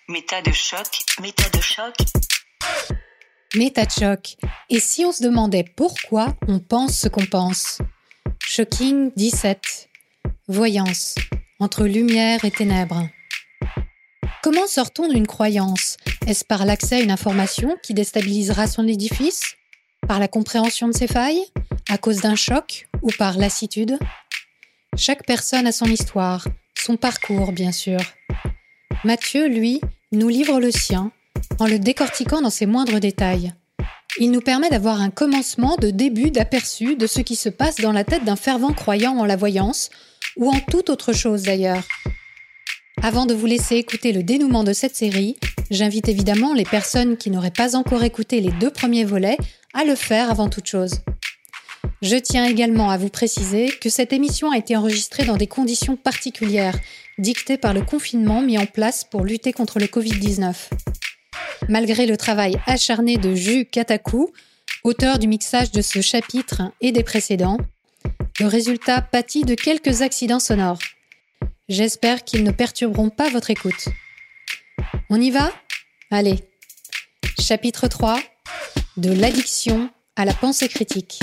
Méta de choc, méta de choc. Méta de choc. Et si on se demandait pourquoi on pense ce qu'on pense ? Shocking 17. Voyance. Entre lumière et ténèbres. Comment sort-on d'une croyance ? Est-ce par l'accès à une information qui déstabilisera son édifice ? Par la compréhension de ses failles ? À cause d'un choc ? Ou par lassitude ? Chaque personne a son histoire, son parcours bien sûr. Mathieu, lui, nous livre le sien, en le décortiquant dans ses moindres détails. Il nous permet d'avoir un commencement de début d'aperçu de ce qui se passe dans la tête d'un fervent croyant en la voyance, ou en toute autre chose d'ailleurs. Avant de vous laisser écouter le dénouement de cette série, j'invite évidemment les personnes qui n'auraient pas encore écouté les 2 premiers volets à le faire avant toute chose. Je tiens également à vous préciser que cette émission a été enregistrée dans des conditions particulières, dictées par le confinement mis en place pour lutter contre le Covid-19. Malgré le travail acharné de Jus Katakou, auteur du mixage de ce chapitre et des précédents, le résultat pâtit de quelques accidents sonores. J'espère qu'ils ne perturberont pas votre écoute. On y va ? Allez. Chapitre 3. De l'addiction à la pensée critique.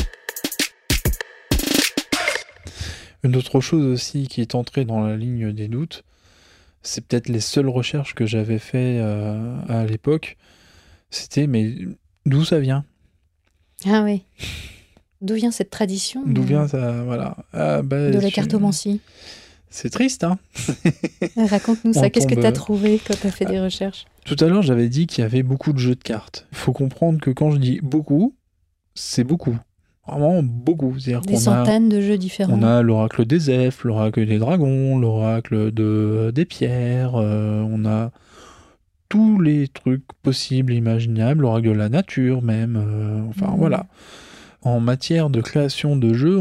Une autre chose aussi qui est entrée dans la ligne des doutes, c'est peut-être les seules recherches que j'avais fait à l'époque, c'était mais d'où ça vient ? Ah oui. D'où vient cette tradition ? D'où vient ça ? Voilà. De la cartomancie. C'est triste, hein ? Raconte-nous ça. Qu'est-ce que tu as trouvé quand tu as fait des recherches ? Tout à l'heure, j'avais dit qu'il y avait beaucoup de jeux de cartes. Il faut comprendre que quand je dis beaucoup, c'est beaucoup. Vraiment beaucoup. C'est-à-dire des centaines de jeux différents. On a l'oracle des elfes, l'oracle des dragons, l'oracle des pierres, on a tous les trucs possibles et imaginables, l'oracle de la nature même. Voilà. En matière de création de jeux,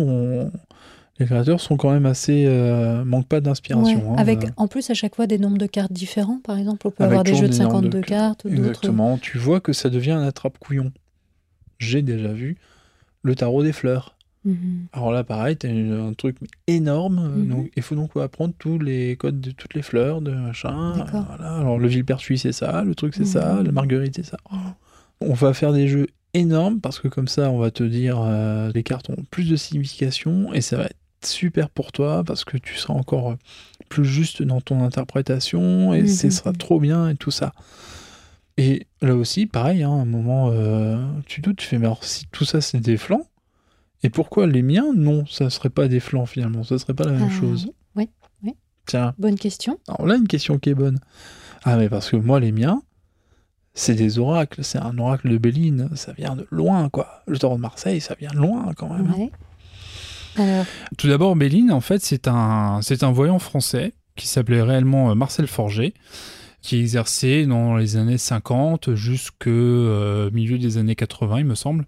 les créateurs sont quand même assez... manquent pas d'inspiration. Ouais, avec en plus à chaque fois des nombres de cartes différents, par exemple. On peut avoir des jeux de 52 cartes ou d'autres. Exactement. Tu vois que ça devient un attrape-couillon. J'ai déjà vu le tarot des fleurs. Alors là, pareil, t'as un truc énorme. Donc, il faut donc apprendre tous les codes de toutes les fleurs, de machin. Voilà. Alors, le Villepertuis, c'est ça. Le truc, c'est ça. La Marguerite, c'est ça. On va faire des jeux énormes parce que comme ça, on va te dire les cartes ont plus de signification et ça va être super pour toi parce que tu seras encore plus juste dans ton interprétation et ce sera trop bien et tout ça. Et là aussi, pareil, à un moment, tu doutes, tu fais, mais alors si tout ça c'est des flancs, et pourquoi les miens, non, ça serait pas des flancs finalement, ça serait pas la même chose. Oui. Tiens. Bonne question. Alors là, une question qui est bonne. Ah, mais parce que moi, les miens, c'est des oracles, c'est un oracle de Béline, ça vient de loin, quoi. Le tarot de Marseille, ça vient de loin quand même. Ouais. Alors... Tout d'abord, Béline, en fait, c'est un voyant français qui s'appelait réellement Marcel Forger, qui exerçait dans les années 50 jusqu'au milieu des années 80, il me semble.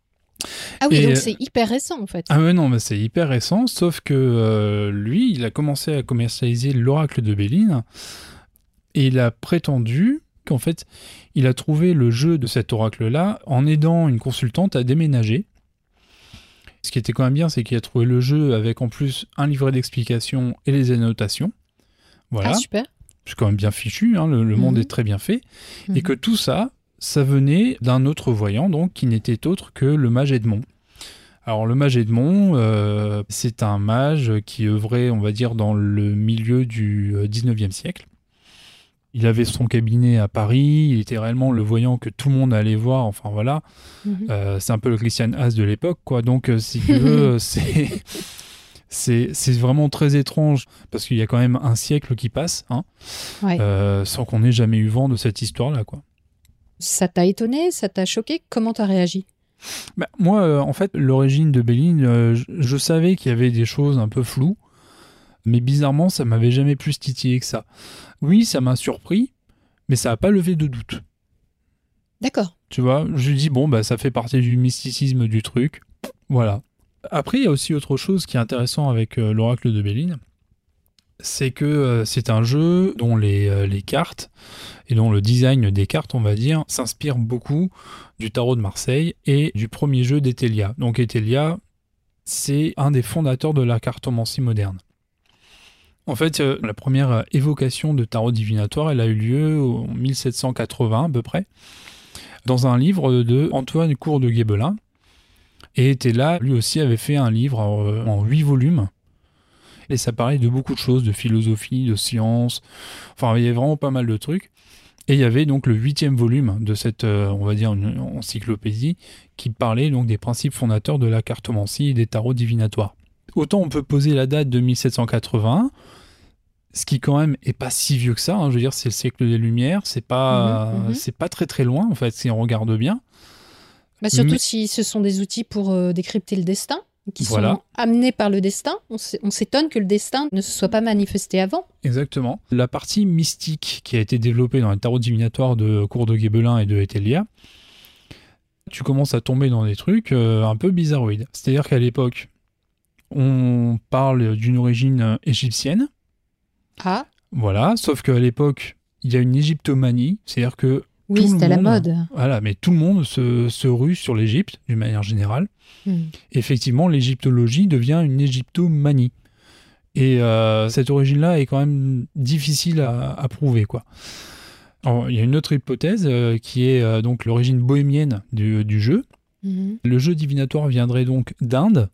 Ah oui, donc c'est hyper récent en fait. Ah ouais, non, mais c'est hyper récent, sauf que lui, il a commencé à commercialiser l'oracle de Béline et il a prétendu qu'en fait, il a trouvé le jeu de cet oracle-là en aidant une consultante à déménager. Ce qui était quand même bien, c'est qu'il a trouvé le jeu avec en plus un livret d'explications et les annotations. Voilà. Ah super. C'est quand même bien fichu, hein, le monde est très bien fait. Et que tout ça, ça venait d'un autre voyant, donc, qui n'était autre que le mage Edmond. Alors, le mage Edmond, c'est un mage qui œuvrait, on va dire, dans le milieu du 19e siècle. Il avait son cabinet à Paris, il était réellement le voyant que tout le monde allait voir, enfin voilà. C'est un peu le Christian Haas de l'époque, quoi. Donc, si tu veux, c'est vraiment très étrange, parce qu'il y a quand même un siècle qui passe, hein, sans qu'on ait jamais eu vent de cette histoire-là, quoi. Ça t'a étonné ? Ça t'a choqué ? Comment t'as réagi ? Moi, en fait, l'origine de Béline, je savais qu'il y avait des choses un peu floues, mais bizarrement, ça m'avait jamais plus titillé que ça. Oui, ça m'a surpris, mais ça n'a pas levé de doute. D'accord. Tu vois, je dis, ça fait partie du mysticisme du truc. Voilà. Après, il y a aussi autre chose qui est intéressant avec l'oracle de Béline, c'est que c'est un jeu dont les cartes et dont le design des cartes, on va dire, s'inspire beaucoup du tarot de Marseille et du premier jeu d'Etelia. Donc Etelia, c'est un des fondateurs de la cartomancie moderne. En fait, la première évocation de tarot divinatoire, elle a eu lieu en 1780 à peu près, dans un livre de Antoine Cour de Guébelin. Et était là, lui aussi avait fait un livre en 8 volumes. Et ça parlait de beaucoup de choses, de philosophie, de science. Enfin, il y avait vraiment pas mal de trucs. Et il y avait donc le 8e volume de cette, on va dire, une encyclopédie qui parlait donc des principes fondateurs de la cartomancie et des tarots divinatoires. Autant on peut poser la date de 1781, ce qui quand même est pas si vieux que ça. Je veux dire, c'est le siècle des Lumières, c'est pas très très loin en fait si on regarde bien. Surtout si ce sont des outils pour décrypter le destin, qui sont amenés par le destin. On s'étonne que le destin ne se soit pas manifesté avant. Exactement. La partie mystique qui a été développée dans les tarots divinatoires de Cour de Guébelin et de Etelia, tu commences à tomber dans des trucs un peu bizarroïdes. C'est-à-dire qu'à l'époque, on parle d'une origine égyptienne. Ah. Voilà, sauf qu'à l'époque, il y a une égyptomanie, c'est-à-dire que oui, c'était à la mode. Voilà, mais tout le monde se rue sur l'Égypte, d'une manière générale. Effectivement, l'égyptologie devient une égyptomanie. Et cette origine-là est quand même difficile à prouver, quoi. Alors, il y a une autre hypothèse qui est donc l'origine bohémienne du jeu. Le jeu divinatoire viendrait donc d'Inde,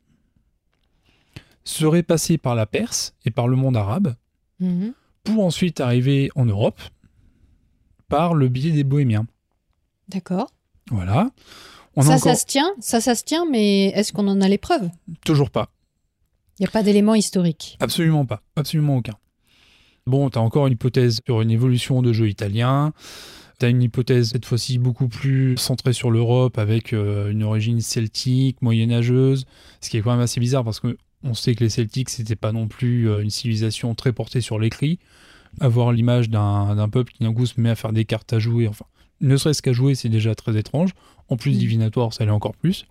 serait passé par la Perse et par le monde arabe, pour ensuite arriver en Europe par le biais des bohémiens. D'accord. Voilà. Ça se tient, mais est-ce qu'on en a les preuves ? Toujours pas. Il n'y a pas d'éléments historiques. Absolument pas, absolument aucun. Bon, tu as encore une hypothèse sur une évolution de jeu italien. Tu as une hypothèse cette fois-ci beaucoup plus centrée sur l'Europe avec une origine celtique, moyenâgeuse, ce qui est quand même assez bizarre parce qu'on sait que les Celtiques, c'était pas non plus une civilisation très portée sur l'écrit. Avoir l'image d'un peuple qui d'un coup se met à faire des cartes à jouer, enfin, ne serait-ce qu'à jouer, c'est déjà très étrange. En plus, divinatoire, ça l'est encore plus.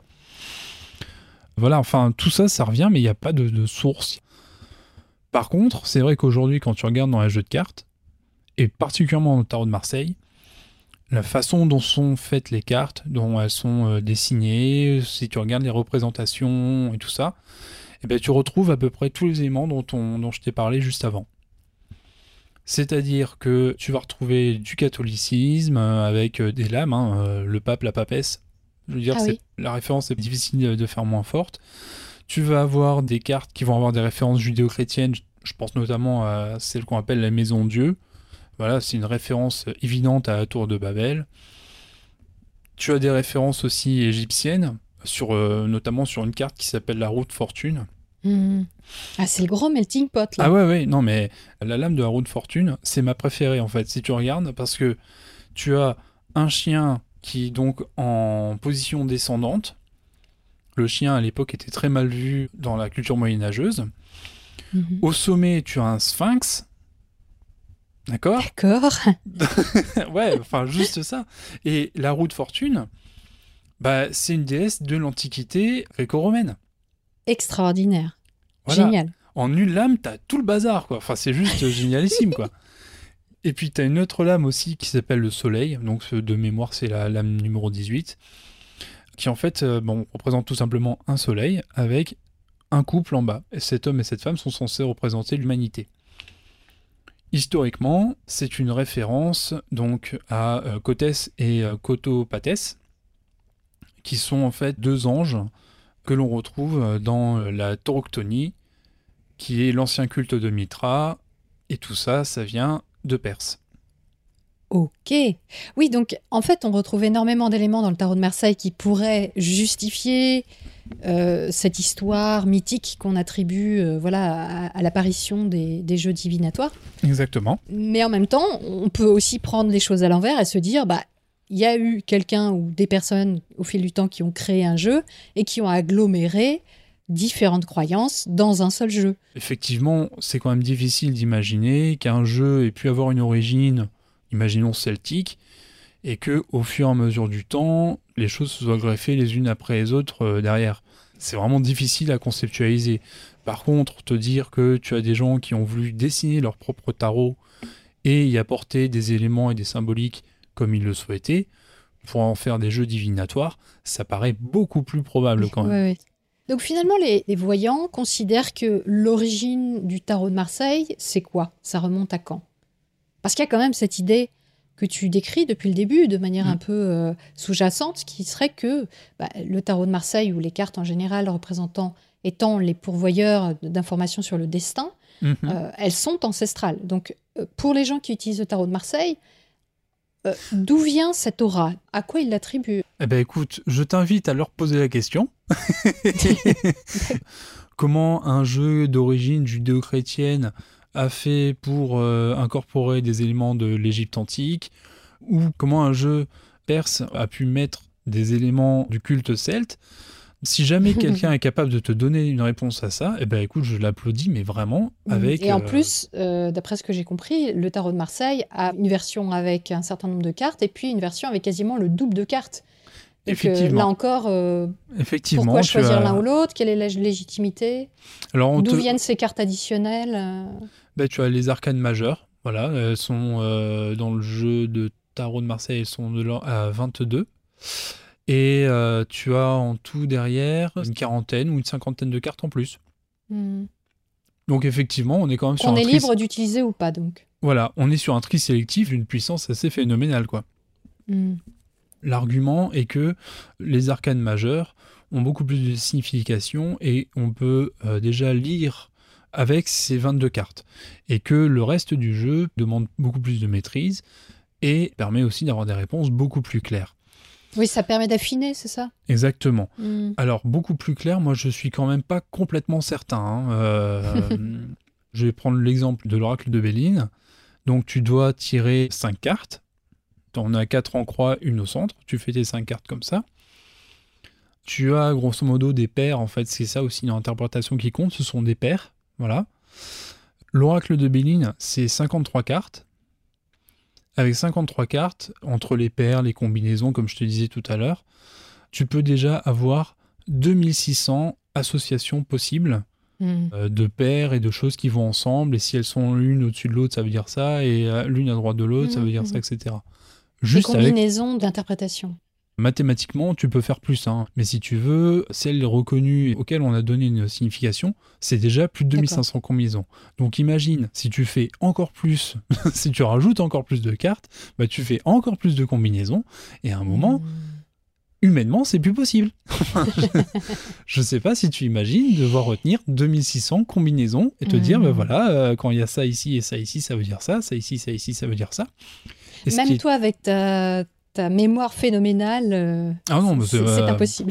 Voilà, enfin, tout ça, ça revient, mais il n'y a pas de source. Par contre, c'est vrai qu'aujourd'hui, quand tu regardes dans les jeux de cartes, et particulièrement dans le tarot de Marseille, la façon dont sont faites les cartes, dont elles sont dessinées, si tu regardes les représentations et tout ça, eh ben, tu retrouves à peu près tous les éléments dont je t'ai parlé juste avant. C'est-à-dire que tu vas retrouver du catholicisme avec des lames, le pape, la papesse. Je veux dire, la référence est difficile de faire moins forte. Tu vas avoir des cartes qui vont avoir des références judéo-chrétiennes. Je pense notamment à celle qu'on appelle la Maison Dieu. Voilà, c'est une référence évidente à la Tour de Babel. Tu as des références aussi égyptiennes, notamment sur une carte qui s'appelle la Roue de Fortune. Ah, c'est le gros melting pot, là. Ah ouais, non, mais la lame de la Roue de Fortune, c'est ma préférée, en fait, si tu regardes, parce que tu as un chien qui est donc en position descendante. Le chien, à l'époque, était très mal vu dans la culture moyenâgeuse. Au sommet, tu as un sphinx. D'accord ? Ouais, enfin, juste ça. Et la Roue de Fortune, c'est une déesse de l'Antiquité gréco-romaine. Extraordinaire. Voilà. Génial. En une lame, t'as tout le bazar, quoi. Enfin, c'est juste génialissime, quoi. Et puis, t'as une autre lame aussi qui s'appelle le Soleil. Donc, de mémoire, c'est la lame numéro 18. Qui, en fait, représente tout simplement un soleil avec un couple en bas. Et cet homme et cette femme sont censés représenter l'humanité. Historiquement, c'est une référence donc à Cotès et Cotopatès, qui sont en fait deux anges que l'on retrouve dans la tauroctonie, qui est l'ancien culte de Mitra, et tout ça, ça vient de Perse. Ok. Oui, donc en fait, on retrouve énormément d'éléments dans le tarot de Marseille qui pourraient justifier cette histoire mythique qu'on attribue à l'apparition des jeux divinatoires. Exactement. Mais en même temps, on peut aussi prendre les choses à l'envers et se dire, il y a eu quelqu'un ou des personnes au fil du temps qui ont créé un jeu et qui ont aggloméré différentes croyances dans un seul jeu. Effectivement, c'est quand même difficile d'imaginer qu'un jeu ait pu avoir une origine, imaginons celtique, et que au fur et à mesure du temps, les choses se soient greffées les unes après les autres derrière. C'est vraiment difficile à conceptualiser. Par contre, te dire que tu as des gens qui ont voulu dessiner leur propre tarot et y apporter des éléments et des symboliques comme ils le souhaitaient, pour en faire des jeux divinatoires, ça paraît beaucoup plus probable quand même. Ouais. Donc finalement, les voyants considèrent que l'origine du tarot de Marseille, c'est quoi? Ça remonte à quand? Parce qu'il y a quand même cette idée que tu décris depuis le début, de manière un peu sous-jacente, qui serait que le tarot de Marseille, ou les cartes en général étant les pourvoyeurs d'informations sur le destin, elles sont ancestrales. Donc pour les gens qui utilisent le tarot de Marseille, d'où vient cette aura? À quoi ils l'attribuent? Eh ben écoute, je t'invite à leur poser la question. Comment un jeu d'origine judéo-chrétienne a fait pour incorporer des éléments de l'Égypte antique, ou comment un jeu perse a pu mettre des éléments du culte celte. Si jamais quelqu'un est capable de te donner une réponse à ça, eh ben écoute, je l'applaudis, mais vraiment avec... Et en plus, d'après ce que j'ai compris, le tarot de Marseille a une version avec un certain nombre de cartes et puis une version avec quasiment le double de cartes. Donc, effectivement. Là encore, Effectivement, pourquoi choisir l'un ou l'autre? Quelle est la légitimité? D'où viennent ces cartes additionnelles? Tu as les arcanes majeures. Voilà, elles sont dans le jeu de tarot de Marseille, elles sont à 22. Et tu as en tout derrière une quarantaine ou une cinquantaine de cartes en plus. Donc effectivement, on est quand même sur un tri... On est libre d'utiliser ou pas, donc. Voilà, on est sur un tri sélectif d'une puissance assez phénoménale, quoi. L'argument est que les arcanes majeures ont beaucoup plus de signification et on peut déjà lire avec ces 22 cartes. Et que le reste du jeu demande beaucoup plus de maîtrise et permet aussi d'avoir des réponses beaucoup plus claires. Oui, ça permet d'affiner, c'est ça? Exactement. Alors, beaucoup plus clair, moi je suis quand même pas complètement certain. Je vais prendre l'exemple de l'oracle de Béline. Donc tu dois tirer 5 cartes. Tu en as 4 en croix, une au centre. Tu fais tes 5 cartes comme ça. Tu as grosso modo des paires, en fait, c'est ça aussi dans l'interprétation qui compte, ce sont des paires. Voilà. L'oracle de Béline, c'est 53 cartes. Avec 53 cartes, entre les paires, les combinaisons, comme je te disais tout à l'heure, tu peux déjà avoir 2600 associations possibles de paires et de choses qui vont ensemble. Et si elles sont l'une au-dessus de l'autre, ça veut dire ça. Et l'une à droite de l'autre, ça veut dire ça, etc. Juste des combinaisons d'interprétation. Mathématiquement, tu peux faire plus, hein. Mais si tu veux, celles reconnues auxquelles on a donné une signification, c'est déjà plus de 2500 combinaisons. Donc imagine, si tu fais encore plus, si tu rajoutes encore plus de cartes, tu fais encore plus de combinaisons, et à un moment, humainement, c'est plus possible. Je sais pas si tu imagines devoir retenir 2600 combinaisons et te dire, voilà, quand il y a ça ici et ça ici, ça veut dire ça, ça ici, ça veut dire ça. Et même toi, avec ta mémoire phénoménale, c'est impossible.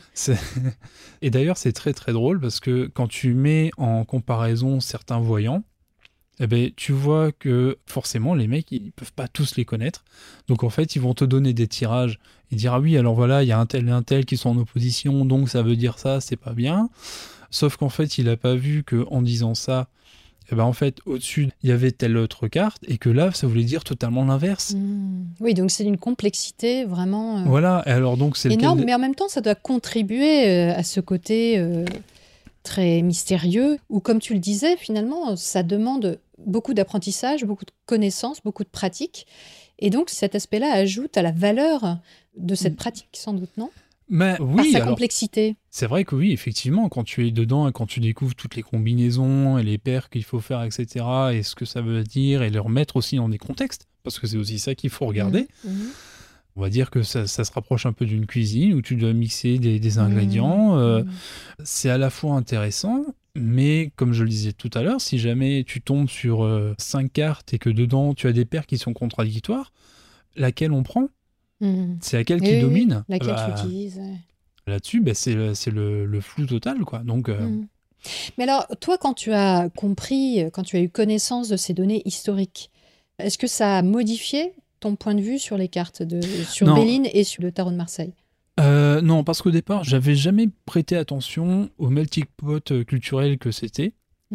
Et d'ailleurs, c'est très très drôle parce que quand tu mets en comparaison certains voyants, tu vois que forcément les mecs ils peuvent pas tous les connaître. Donc en fait, ils vont te donner des tirages et dire ah oui, alors voilà, il y a un tel et un tel qui sont en opposition, donc ça veut dire ça, c'est pas bien. Sauf qu'en fait, il a pas vu que en disant ça, en fait, au-dessus, il y avait telle autre carte, et que là, ça voulait dire totalement l'inverse. Oui, donc c'est une complexité vraiment voilà, et alors donc c'est énorme, mais en même temps, ça doit contribuer à ce côté très mystérieux, où, comme tu le disais, finalement, ça demande beaucoup d'apprentissage, beaucoup de connaissances, beaucoup de pratique, et donc cet aspect-là ajoute à la valeur de cette pratique, sans doute, non ? Mais oui, par sa complexité. C'est vrai que oui, effectivement, quand tu es dedans et quand tu découvres toutes les combinaisons et les paires qu'il faut faire, etc., et ce que ça veut dire, et les remettre aussi dans des contextes, parce que c'est aussi ça qu'il faut regarder. On va dire que ça se rapproche un peu d'une cuisine où tu dois mixer des ingrédients. C'est à la fois intéressant, mais comme je le disais tout à l'heure, si jamais tu tombes sur 5 cartes et que dedans tu as des paires qui sont contradictoires, laquelle on prend ? C'est laquelle qui domine? Laquelle tu utilises. Là-dessus, c'est le flou total, quoi. Donc, Mais alors, toi, quand tu as compris, quand tu as eu connaissance de ces données historiques, est-ce que ça a modifié ton point de vue sur les cartes, sur Béline et sur le tarot de Marseille? Non, parce qu'au départ, j'avais jamais prêté attention au melting pot culturel que c'était.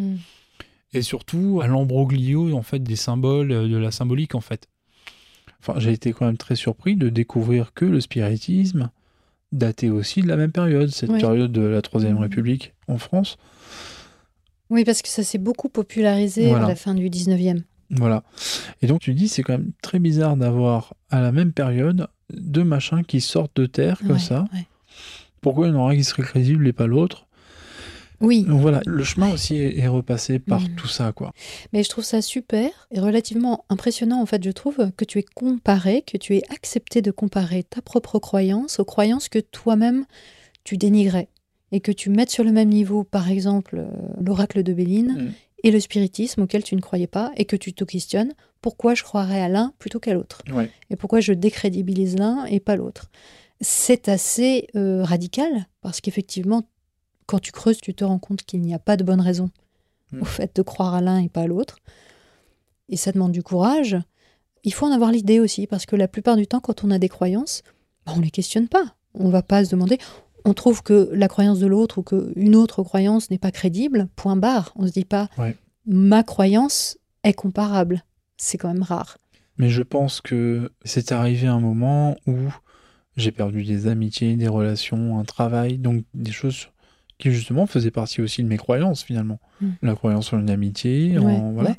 Et surtout à l'embroglio, en fait, des symboles, de la symbolique, en fait. Enfin, j'ai été quand même très surpris de découvrir que le spiritisme datait aussi de la même période, cette période de la Troisième République en France. Oui, parce que ça s'est beaucoup popularisé à la fin du 19e. Voilà. Et donc tu dis, c'est quand même très bizarre d'avoir à la même période deux machins qui sortent de terre comme ça. Pourquoi il y en aura un qui serait crédible et pas l'autre ? Oui. Donc voilà, le chemin aussi est repassé par tout ça, quoi. Mais je trouve ça super et relativement impressionnant, en fait, je trouve, que tu aies comparé, que tu aies accepté de comparer ta propre croyance aux croyances que toi-même tu dénigrais. Et que tu mettes sur le même niveau, par exemple, l'oracle de Béline et le spiritisme auquel tu ne croyais pas, et que tu te questionnes pourquoi je croirais à l'un plutôt qu'à l'autre. Ouais. Et pourquoi je décrédibilise l'un et pas l'autre. C'est assez radical, parce qu'effectivement, quand tu creuses, tu te rends compte qu'il n'y a pas de bonne raison au fait de croire à l'un et pas à l'autre. Et ça demande du courage. Il faut en avoir l'idée aussi, parce que la plupart du temps, quand on a des croyances, on ne les questionne pas. On ne va pas se demander... On trouve que la croyance de l'autre ou qu'une autre croyance n'est pas crédible, point barre. On ne se dit pas ma croyance est comparable. C'est quand même rare. Mais je pense que c'est arrivé un moment où j'ai perdu des amitiés, des relations, un travail, donc des choses qui justement faisaient partie aussi de mes croyances finalement. La croyance en une amitié, voilà.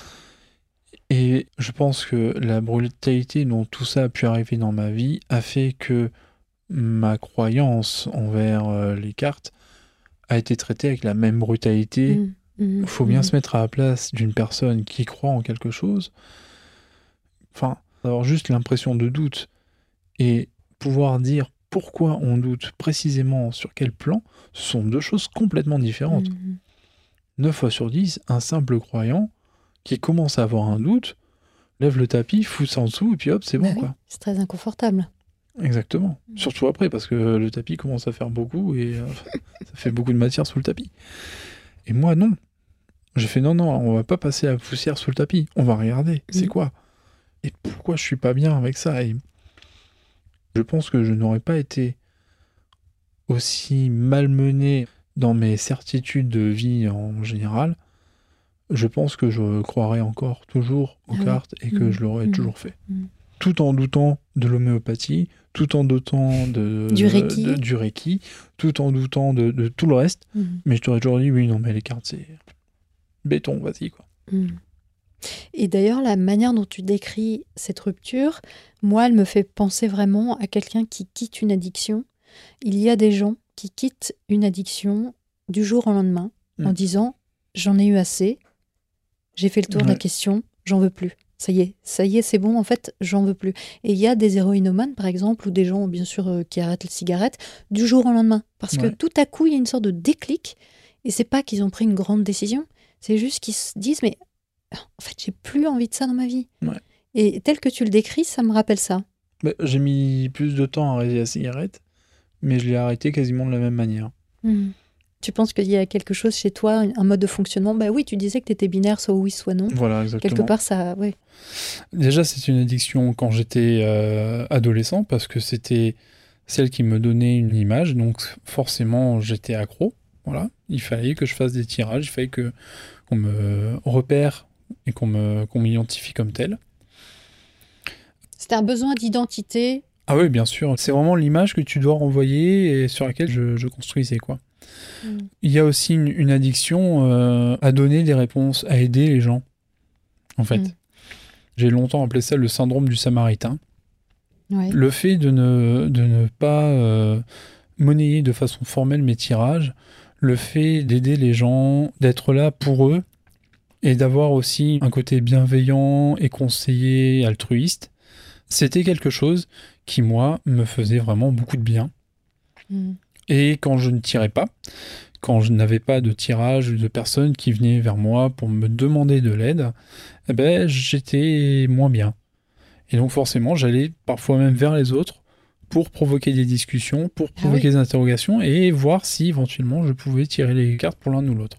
Et je pense que la brutalité dont tout ça a pu arriver dans ma vie a fait que ma croyance envers les cartes a été traitée avec la même brutalité. Il faut bien se mettre à la place d'une personne qui croit en quelque chose. Enfin, avoir juste l'impression de doute et pouvoir dire pourquoi on doute précisément sur quel plan, ce sont deux choses complètement différentes. 9 fois sur 10, un simple croyant qui commence à avoir un doute, lève le tapis, fout ça en dessous et puis hop, c'est bon, quoi. C'est très inconfortable. Exactement. Surtout après, parce que le tapis commence à faire beaucoup et ça fait beaucoup de matière sous le tapis. Et moi, non. J'ai fait non, on va pas passer la poussière sous le tapis. On va regarder, c'est quoi. Et pourquoi je suis pas bien avec ça. Et je pense que je n'aurais pas été aussi malmené dans mes certitudes de vie en général. Je pense que je croirais encore toujours aux cartes et que je l'aurais toujours fait. Tout en doutant de l'homéopathie, tout en doutant du Reiki, tout en doutant de tout le reste. Mais je t'aurais toujours dit, oui, non, mais les cartes, c'est béton, vas-y, quoi. Et d'ailleurs, la manière dont tu décris cette rupture, moi, elle me fait penser vraiment à quelqu'un qui quitte une addiction. Il y a des gens qui quittent une addiction du jour au lendemain en disant « j'en ai eu assez, j'ai fait le tour de la question, j'en veux plus ». Ça y est, c'est bon, en fait, j'en veux plus. Et il y a des héroïnomanes, par exemple, ou des gens, bien sûr, qui arrêtent la cigarette du jour au lendemain. Parce que tout à coup, il y a une sorte de déclic. Et c'est pas qu'ils ont pris une grande décision, c'est juste qu'ils se disent, mais en fait, j'ai plus envie de ça dans ma vie. Et tel que tu le décris, ça me rappelle ça. Bah, j'ai mis plus de temps à arrêter la cigarette, mais je l'ai arrêté quasiment de la même manière. Tu penses qu'il y a quelque chose chez toi, un mode de fonctionnement? Bah oui, tu disais que tu étais binaire, soit oui, soit non. Voilà, exactement. Quelque part, ça... Ouais. Déjà, c'est une addiction quand j'étais adolescent, parce que c'était celle qui me donnait une image, donc forcément, j'étais accro. Voilà. Il fallait que je fasse des tirages, il fallait qu'on me repère et qu'on m'identifie comme tel. C'était un besoin d'identité. Ah oui, bien sûr. C'est vraiment l'image que tu dois renvoyer et sur laquelle je construisais, quoi. Il y a aussi une addiction à donner des réponses, à aider les gens, en fait. J'ai longtemps appelé ça le syndrome du Samaritain. Le fait de ne pas monnayer de façon formelle mes tirages, le fait d'aider les gens, d'être là pour eux, et d'avoir aussi un côté bienveillant et conseiller, altruiste, c'était quelque chose qui, moi, me faisait vraiment beaucoup de bien. Et quand je ne tirais pas, quand je n'avais pas de tirage ou de personnes qui venaient vers moi pour me demander de l'aide, eh ben, j'étais moins bien. Et donc forcément, j'allais parfois même vers les autres pour provoquer des discussions, pour provoquer des interrogations et voir si éventuellement je pouvais tirer les cartes pour l'un ou l'autre.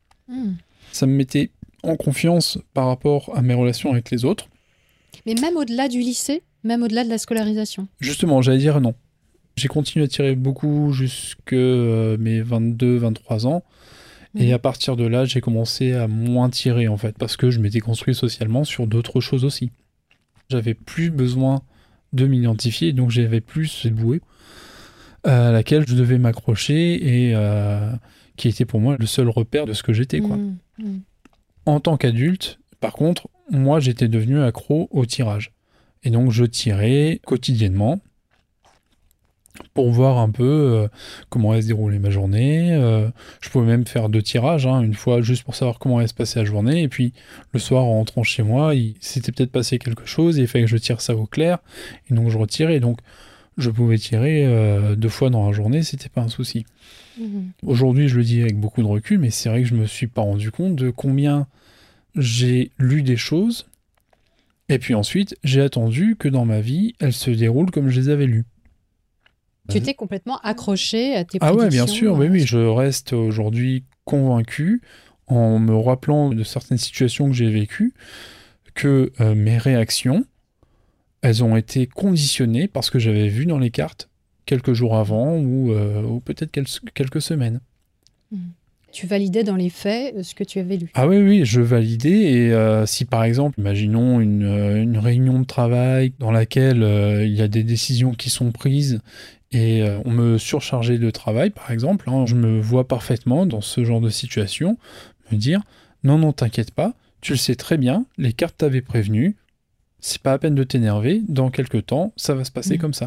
Ça me mettait en confiance par rapport à mes relations avec les autres. Mais même au-delà du lycée, même au-delà de la scolarisation. Justement, j'allais dire non. J'ai continué à tirer beaucoup jusque mes 22-23 ans. Et à partir de là, j'ai commencé à moins tirer, en fait, parce que je m'étais construit socialement sur d'autres choses aussi. J'avais plus besoin de m'identifier, donc j'avais plus cette bouée à laquelle je devais m'accrocher et qui était pour moi le seul repère de ce que j'étais, quoi. En tant qu'adulte, par contre, moi, j'étais devenu accro au tirage. Et donc, je tirais quotidiennement. pour voir un peu comment allait se dérouler ma journée. Je pouvais même faire 2 tirages, une fois juste pour savoir comment allait se passer la journée, et puis le soir en rentrant chez moi, il s'était peut-être passé quelque chose, et il fallait que je tire ça au clair, et donc je retirais, donc je pouvais tirer 2 fois dans la journée, c'était pas un souci. Aujourd'hui, je le dis avec beaucoup de recul, mais c'est vrai que je me suis pas rendu compte de combien j'ai lu des choses, et puis ensuite, j'ai attendu que dans ma vie, elles se déroulent comme je les avais lues. Tu t'es complètement accroché à tes Ah prédictions. ouais, bien sûr, oui, je reste aujourd'hui convaincu, en me rappelant de certaines situations que j'ai vécues, que mes réactions, elles ont été conditionnées par ce que j'avais vu dans les cartes quelques jours avant ou peut-être quelques semaines. Tu validais dans les faits ce que tu avais lu. Ah oui, je validais, et si par exemple, imaginons une réunion de travail dans laquelle il y a des décisions qui sont prises et on me surchargeait de travail, par exemple, je me vois parfaitement dans ce genre de situation me dire « Non, t'inquiète pas, tu le sais très bien, les cartes t'avaient prévenu, c'est pas à peine de t'énerver, dans quelques temps, ça va se passer comme ça. »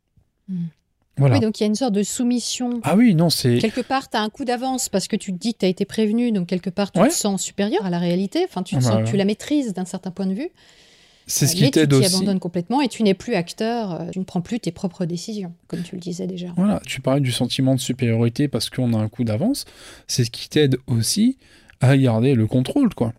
Voilà. Oui, donc il y a une sorte de soumission. Ah oui, non, c'est... Quelque part, tu as un coup d'avance parce que tu te dis que tu as été prévenu, donc quelque part, tu te sens supérieur à la réalité, enfin, tu te sens que tu la maîtrises d'un certain point de vue. C'est ce qui t'aide aussi. Mais tu t'y abandonnes complètement et tu n'es plus acteur, tu ne prends plus tes propres décisions, comme tu le disais déjà. Voilà, tu parlais du sentiment de supériorité parce qu'on a un coup d'avance, c'est ce qui t'aide aussi à garder le contrôle, quoi.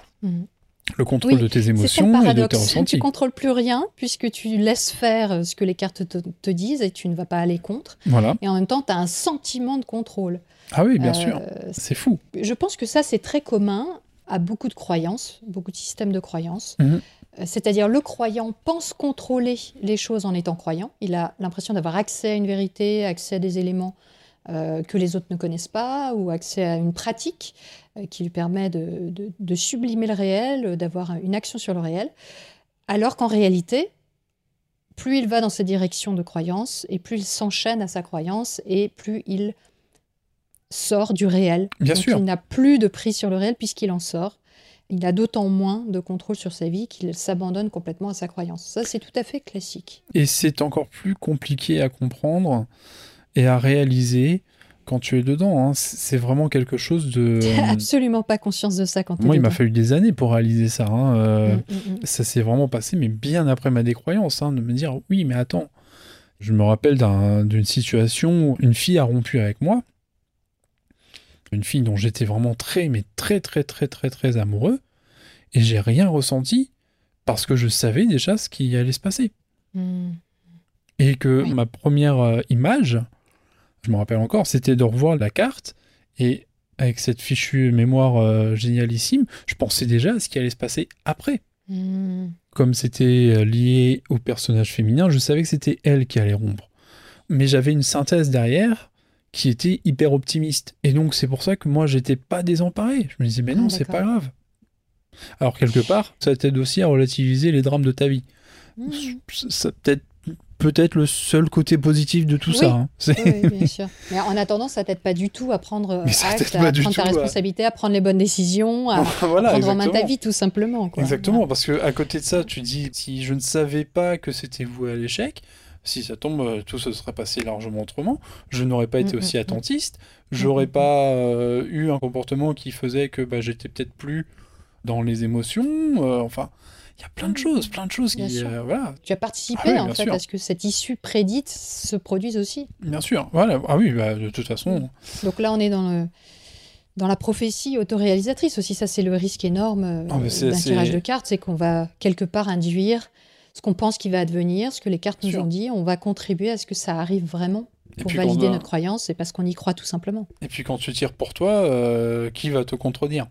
Le contrôle de tes émotions et de tes ressentis. Tu ne contrôles plus rien puisque tu laisses faire ce que les cartes te disent et tu ne vas pas aller contre. Voilà. Et en même temps, tu as un sentiment de contrôle. Ah oui, bien sûr. C'est fou. Je pense que ça, c'est très commun à beaucoup de croyances, beaucoup de systèmes de croyances. C'est-à-dire, le croyant pense contrôler les choses en étant croyant. Il a l'impression d'avoir accès à une vérité, accès à des éléments que les autres ne connaissent pas, ou accès à une pratique qui lui permet de sublimer le réel, d'avoir une action sur le réel. Alors qu'en réalité, plus il va dans cette direction de croyance, et plus il s'enchaîne à sa croyance, et plus il sort du réel. Bien sûr. Il n'a plus de prise sur le réel puisqu'il en sort. Il a d'autant moins de contrôle sur sa vie qu'il s'abandonne complètement à sa croyance. Ça, c'est tout à fait classique. Et c'est encore plus compliqué à comprendre et à réaliser quand tu es dedans. C'est vraiment quelque chose de... Tu n'as absolument pas conscience de ça quand tu es dedans. Moi, il m'a fallu des années pour réaliser ça. Ça s'est vraiment passé, mais bien après ma décroyance, de me dire, oui, mais attends. Je me rappelle d'une situation où une fille a rompu avec moi. Une fille dont j'étais vraiment très amoureux, et j'ai rien ressenti parce que je savais déjà ce qui allait se passer. Et que ma première image, je me rappelle encore, c'était de revoir la carte, et avec cette fichue mémoire génialissime, je pensais déjà à ce qui allait se passer après. Comme c'était lié au personnage féminin, je savais que c'était elle qui allait rompre. Mais j'avais une synthèse derrière qui était hyper optimiste. Et donc, c'est pour ça que moi, j'étais pas désemparé. Je me disais, mais non, c'est pas grave. Alors, quelque part, ça t'aide aussi à relativiser les drames de ta vie. C'est peut-être le seul côté positif de tout ça. Oui, bien sûr. Mais en attendant, ça t'aide pas du tout à prendre acte, à prendre ta responsabilité, à prendre les bonnes décisions, à prendre en main ta vie, tout simplement. Exactement, parce qu'à côté de ça, tu dis, si je ne savais pas que c'était voué à l'échec, si ça tombe, tout se serait passé largement autrement. Je n'aurais pas été aussi attentiste. J'aurais pas eu un comportement qui faisait que j'étais peut-être plus dans les émotions. Enfin, il y a plein de choses qui... voilà. Tu as participé en fait à ce que cette issue prédite se produise aussi. Bien sûr. Voilà. Ah oui, de toute façon. Donc là, on est dans la prophétie autoréalisatrice aussi. Ça, c'est le risque énorme d'un tirage de cartes, c'est qu'on va quelque part induire ce qu'on pense qu'il va advenir, ce que les cartes nous ont dit, on va contribuer à ce que ça arrive vraiment pour valider notre croyance, et parce qu'on y croit tout simplement. Et puis quand tu tires pour toi, qui va te contredire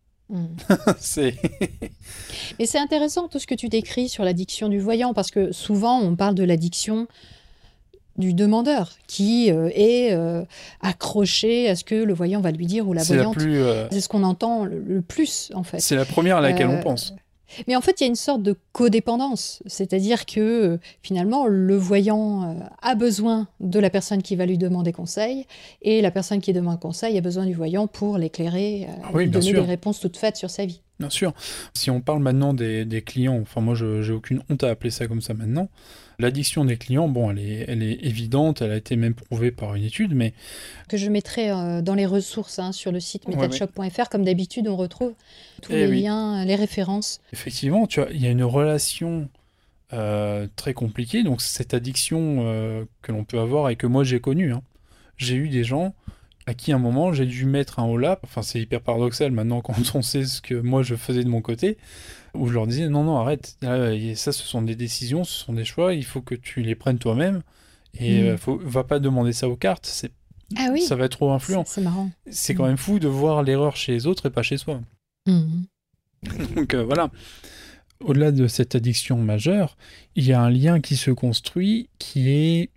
Mais c'est intéressant tout ce que tu décris sur l'addiction du voyant, parce que souvent on parle de l'addiction du demandeur, qui est accroché à ce que le voyant va lui dire, ou la voyante. C'est ce qu'on entend le plus, en fait. C'est la première à laquelle on pense. Mais en fait, il y a une sorte de codépendance. C'est-à-dire que, finalement, le voyant a besoin de la personne qui va lui demander conseil, et la personne qui demande conseil a besoin du voyant pour l'éclairer, lui donner des réponses toutes faites sur sa vie. Bien sûr. Si on parle maintenant des clients, enfin moi j'ai aucune honte à appeler ça comme ça maintenant, l'addiction des clients, bon, elle est évidente, elle a été même prouvée par une étude, mais... Que je mettrai dans les ressources sur le site metachoc.fr. Comme d'habitude, on retrouve tous les liens, les références. Effectivement, tu vois, il y a une relation très compliquée, donc cette addiction que l'on peut avoir et que moi j'ai connue. J'ai eu des gens à qui à un moment j'ai dû mettre un hold-up, enfin c'est hyper paradoxal maintenant quand on sait ce que moi je faisais de mon côté, où je leur disais non arrête, ça ce sont des décisions, ce sont des choix, il faut que tu les prennes toi-même et va pas demander ça aux cartes, ça va être trop influent. C'est marrant. C'est quand même fou de voir l'erreur chez les autres et pas chez soi. Donc voilà. Au-delà de cette addiction majeure, il y a un lien qui se construit qui est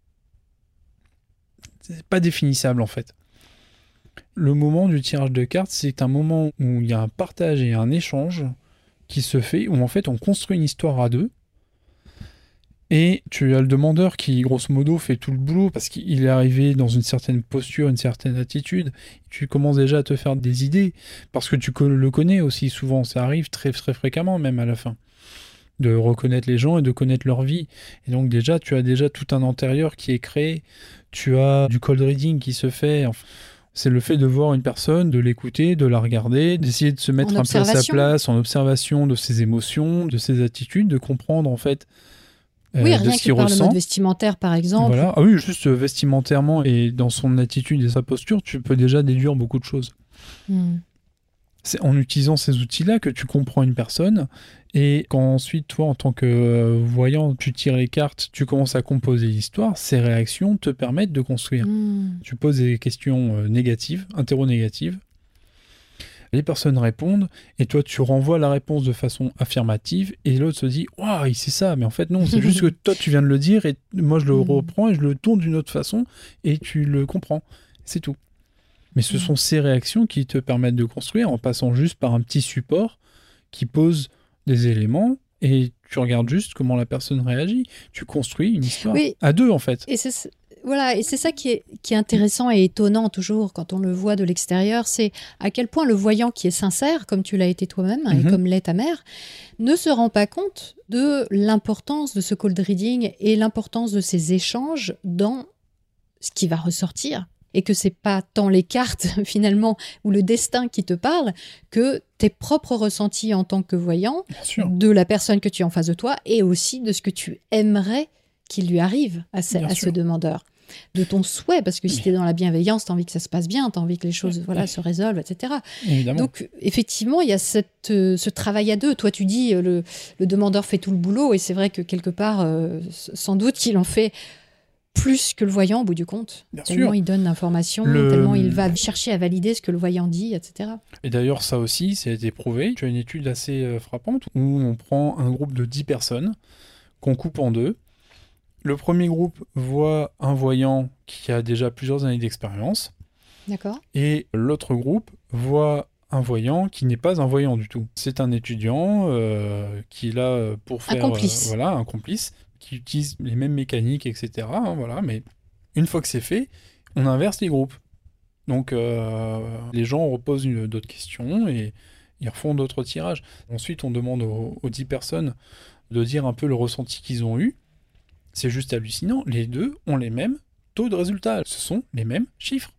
pas définissable en fait. Le moment du tirage de cartes, c'est un moment où il y a un partage et un échange qui se fait, où en fait on construit une histoire à deux, et tu as le demandeur qui grosso modo fait tout le boulot parce qu'il est arrivé dans une certaine posture, une certaine attitude, tu commences déjà à te faire des idées, parce que tu le connais aussi souvent, ça arrive très très fréquemment même à la fin, de reconnaître les gens et de connaître leur vie, et donc déjà tu as déjà tout un antérieur qui est créé, tu as du cold reading qui se fait, c'est le fait de voir une personne, de l'écouter, de la regarder, d'essayer de se mettre un peu à sa place, en observation de ses émotions, de ses attitudes, de comprendre en fait rien de ce qu'il que par ressent. le mode vestimentaire par exemple. Voilà. Ah oui, juste vestimentairement et dans son attitude et sa posture, tu peux déjà déduire beaucoup de choses. C'est en utilisant ces outils-là que tu comprends une personne, et quand ensuite, toi, en tant que voyant, tu tires les cartes, tu commences à composer l'histoire, ces réactions te permettent de construire. Tu poses des questions négatives, interro-négatives, les personnes répondent, et toi, tu renvoies la réponse de façon affirmative, et l'autre se dit « Waouh, c'est ça !» Mais en fait, non, c'est juste que toi, tu viens de le dire, et moi, je le reprends, et je le tourne d'une autre façon, et tu le comprends. C'est tout. Mais ce sont ces réactions qui te permettent de construire en passant juste par un petit support qui pose des éléments et tu regardes juste comment la personne réagit. Tu construis une histoire à deux en fait. Et c'est ça qui est intéressant et étonnant toujours quand on le voit de l'extérieur, c'est à quel point le voyant qui est sincère, comme tu l'as été toi-même et comme l'est ta mère, ne se rend pas compte de l'importance de ce cold reading et l'importance de ces échanges dans ce qui va ressortir. Et que c'est pas tant les cartes finalement ou le destin qui te parle que tes propres ressentis en tant que voyant de la personne que tu as en face de toi et aussi de ce que tu aimerais qu'il lui arrive à ce demandeur, de ton souhait, parce que si tu es dans la bienveillance, tu as envie que ça se passe bien, tu as envie que les choses se résolvent, etc. Évidemment. Donc effectivement, il y a ce travail à deux. Toi tu dis le demandeur fait tout le boulot, et c'est vrai que quelque part sans doute qu'il en fait plus que le voyant au bout du compte. Tellement il donne l'information, tellement il va chercher à valider ce que le voyant dit, etc. Et d'ailleurs, ça aussi, ça a été prouvé. Tu as une étude assez frappante où on prend un groupe de 10 personnes qu'on coupe en deux. Le premier groupe voit un voyant qui a déjà plusieurs années d'expérience. D'accord. Et l'autre groupe voit un voyant qui n'est pas un voyant du tout. C'est un étudiant qui est là pour faire... un complice, qui utilise les mêmes mécaniques, etc. Voilà, mais une fois que c'est fait, on inverse les groupes. Donc les gens reposent d'autres questions et ils refont d'autres tirages. Ensuite, on demande aux 10 personnes de dire un peu le ressenti qu'ils ont eu. C'est juste hallucinant. Les deux ont les mêmes taux de résultats. Ce sont les mêmes chiffres.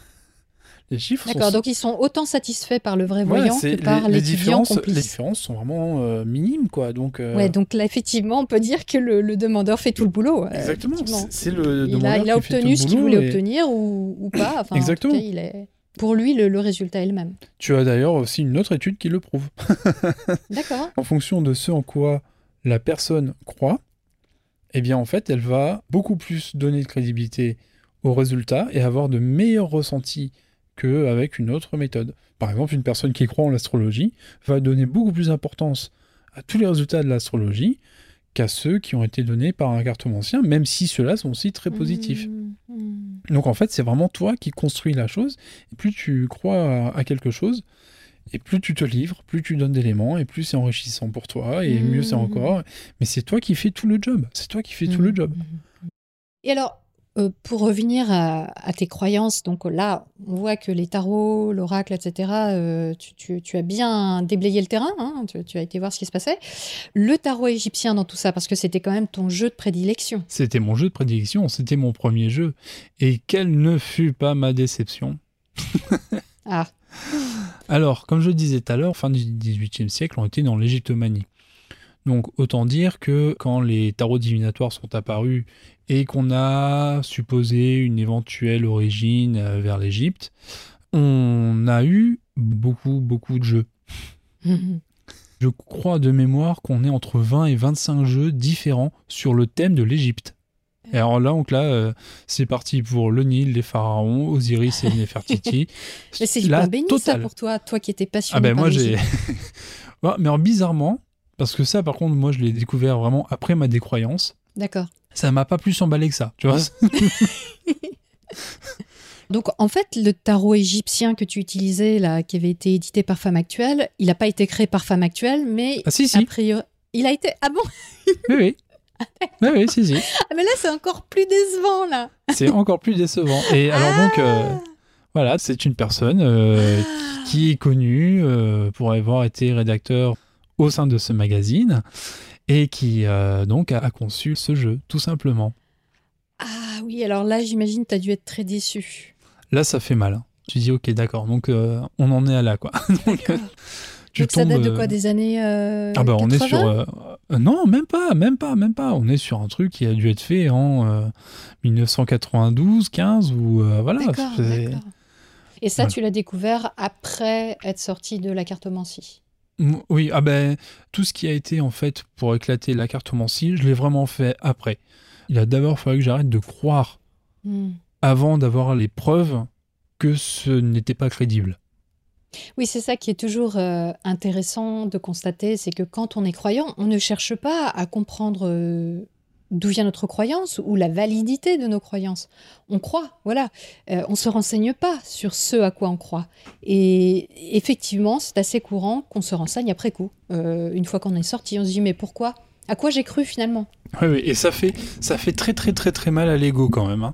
Les chiffres D'accord, donc ils sont autant satisfaits par le vrai voyant que par l'étudiant complice. Les différences sont vraiment minimes, quoi. Donc, donc là, effectivement, on peut dire que le demandeur fait tout le boulot. Exactement, c'est le demandeur il a obtenu ce qu'il voulait obtenir ou pas. Enfin, exactement. En tout cas, pour lui, le résultat est le même. Tu as d'ailleurs aussi une autre étude qui le prouve. D'accord. En fonction de ce en quoi la personne croit, eh bien, en fait, elle va beaucoup plus donner de crédibilité au résultat et avoir de meilleurs ressentis qu'avec une autre méthode. Par exemple, une personne qui croit en l'astrologie va donner beaucoup plus d'importance à tous les résultats de l'astrologie qu'à ceux qui ont été donnés par un cartomancien, même si ceux-là sont aussi très positifs. Donc en fait, c'est vraiment toi qui construis la chose, et plus tu crois à quelque chose, et plus tu te livres, plus tu donnes d'éléments, et plus c'est enrichissant pour toi, et mieux c'est encore. Mais c'est toi qui fais tout le job. C'est toi qui fais tout le job. Et alors, Pour revenir à tes croyances, donc là, on voit que les tarots, l'oracle, etc., tu as bien déblayé le terrain, hein, tu as été voir ce qui se passait. Le tarot égyptien dans tout ça, parce que c'était quand même ton jeu de prédilection. C'était mon jeu de prédilection, c'était mon premier jeu. Et quelle ne fut pas ma déception. Ah. Alors, comme je le disais tout à l'heure, fin du XVIIIe siècle, on était dans l'égyptomanie. Donc, autant dire que quand les tarots divinatoires sont apparus et qu'on a supposé une éventuelle origine vers l'Égypte, on a eu beaucoup de jeux. Je crois de mémoire qu'on est entre 20 et 25 jeux différents sur le thème de l'Égypte. Et alors là, c'est parti pour le Nil, les pharaons, Osiris et Néfertiti. Mais c'est pas béni ça pour toi qui étais passionné par moi l'Égypte. Ouais, mais alors, bizarrement, parce que ça, par contre, moi, je l'ai découvert vraiment après ma décroyance. D'accord. Ça m'a pas plus emballé que ça, tu vois. Donc, en fait, le tarot égyptien que tu utilisais, là, qui avait été édité par Femme Actuelle, il n'a pas été créé par Femme Actuelle, mais a priori... Il a été... Ah bon? Oui. Oui, si. Ah, mais là, c'est encore plus décevant, là. C'est encore plus décevant. Et alors donc, voilà, c'est une personne qui est connue pour avoir été rédacteur au sein de ce magazine et qui donc a conçu ce jeu, tout simplement. Ah oui, alors là, j'imagine que tu as dû être très déçu. Là, ça fait mal. Tu dis, ok, d'accord, donc on en est à là, quoi. Donc ça date de quoi, des années 80 on est sur... non, même pas. On est sur un truc qui a dû être fait en 1992, 15, ou voilà. D'accord. Et ça, tu l'as découvert après être sorti de la cartomancie? Oui, tout ce qui a été, en fait, pour éclater la cartomancie, je l'ai vraiment fait après. Il a d'abord fallu que j'arrête de croire avant d'avoir les preuves que ce n'était pas crédible. Oui, c'est ça qui est toujours intéressant de constater, c'est que quand on est croyant, on ne cherche pas à comprendre d'où vient notre croyance ou la validité de nos croyances. On croit, voilà. On ne se renseigne pas sur ce à quoi on croit. Et effectivement, c'est assez courant qu'on se renseigne après coup. Une fois qu'on est sorti, on se dit, mais pourquoi ? À quoi j'ai cru finalement ? Oui, et ça fait très mal à l'ego quand même. Hein.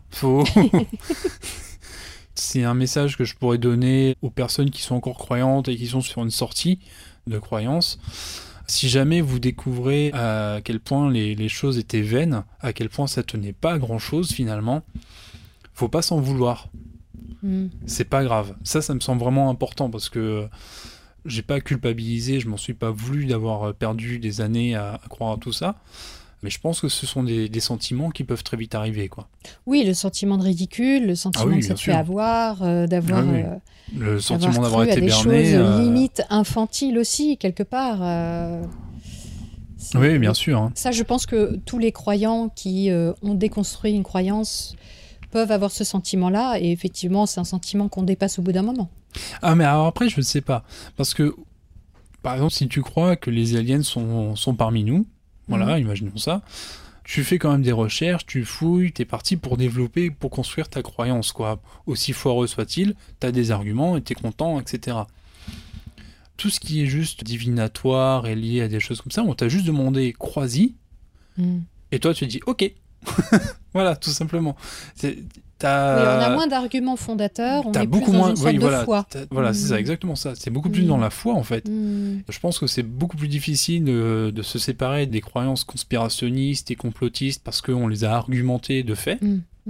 C'est un message que je pourrais donner aux personnes qui sont encore croyantes et qui sont sur une sortie de croyance. Si jamais vous découvrez à quel point les choses étaient vaines, à quel point ça tenait pas à grand chose finalement, faut pas s'en vouloir. C'est pas grave. Ça me semble vraiment important parce que j'ai pas culpabilisé, je m'en suis pas voulu d'avoir perdu des années à croire à tout ça. Mais je pense que ce sont des sentiments qui peuvent très vite arriver, quoi. Oui, le sentiment de ridicule, le sentiment que ça te fait avoir, d'avoir... le sentiment d'avoir été berné. Des choses limite infantiles aussi, quelque part. Oui, bien sûr. Hein. Ça, je pense que tous les croyants qui ont déconstruit une croyance peuvent avoir ce sentiment-là. Et effectivement, c'est un sentiment qu'on dépasse au bout d'un moment. Ah, mais alors après, je ne sais pas. Parce que, par exemple, si tu crois que les aliens sont parmi nous, voilà, imaginons ça. Tu fais quand même des recherches, tu fouilles, t'es parti pour construire ta croyance, quoi. Aussi foireux soit-il, t'as des arguments et t'es content, etc. Tout ce qui est juste divinatoire et lié à des choses comme ça, on t'a juste demandé crois-y, et toi tu dis ok. Voilà, tout simplement. Oui, on a moins d'arguments fondateurs, on est plus dans une sorte de foi. Voilà, c'est ça, exactement ça. C'est beaucoup plus dans la foi, en fait. Je pense que c'est beaucoup plus difficile de se séparer des croyances conspirationnistes et complotistes parce qu'on les a argumentées de fait,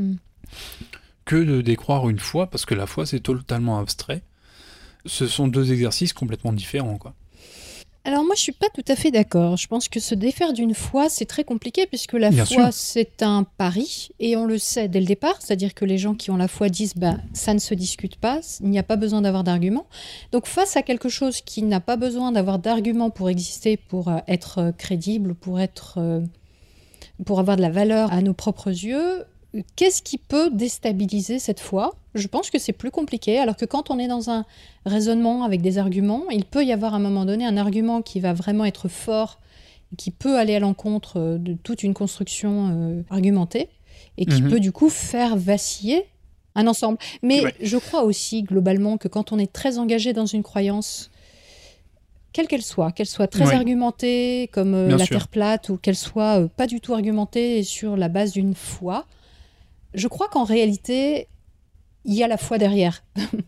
que de décroire une foi, parce que la foi, c'est totalement abstrait. Ce sont deux exercices complètement différents, quoi. Alors moi, je suis pas tout à fait d'accord. Je pense que se défaire d'une foi, c'est très compliqué puisque la Bien foi, sûr. c'est un pari et on le sait dès le départ. C'est-à-dire que les gens qui ont la foi disent ça ne se discute pas, il n'y a pas besoin d'avoir d'arguments. Donc face à quelque chose qui n'a pas besoin d'avoir d'arguments pour exister, pour être crédible, pour avoir de la valeur à nos propres yeux, qu'est-ce qui peut déstabiliser cette foi ? Je pense que c'est plus compliqué, alors que quand on est dans un raisonnement avec des arguments, il peut y avoir à un moment donné un argument qui va vraiment être fort, qui peut aller à l'encontre de toute une construction argumentée, et qui peut du coup faire vaciller un ensemble. Mais je crois aussi globalement que quand on est très engagé dans une croyance, quelle qu'elle soit très argumentée comme la Terre plate, ou qu'elle soit pas du tout argumentée sur la base d'une foi, je crois qu'en réalité, il y a la foi derrière.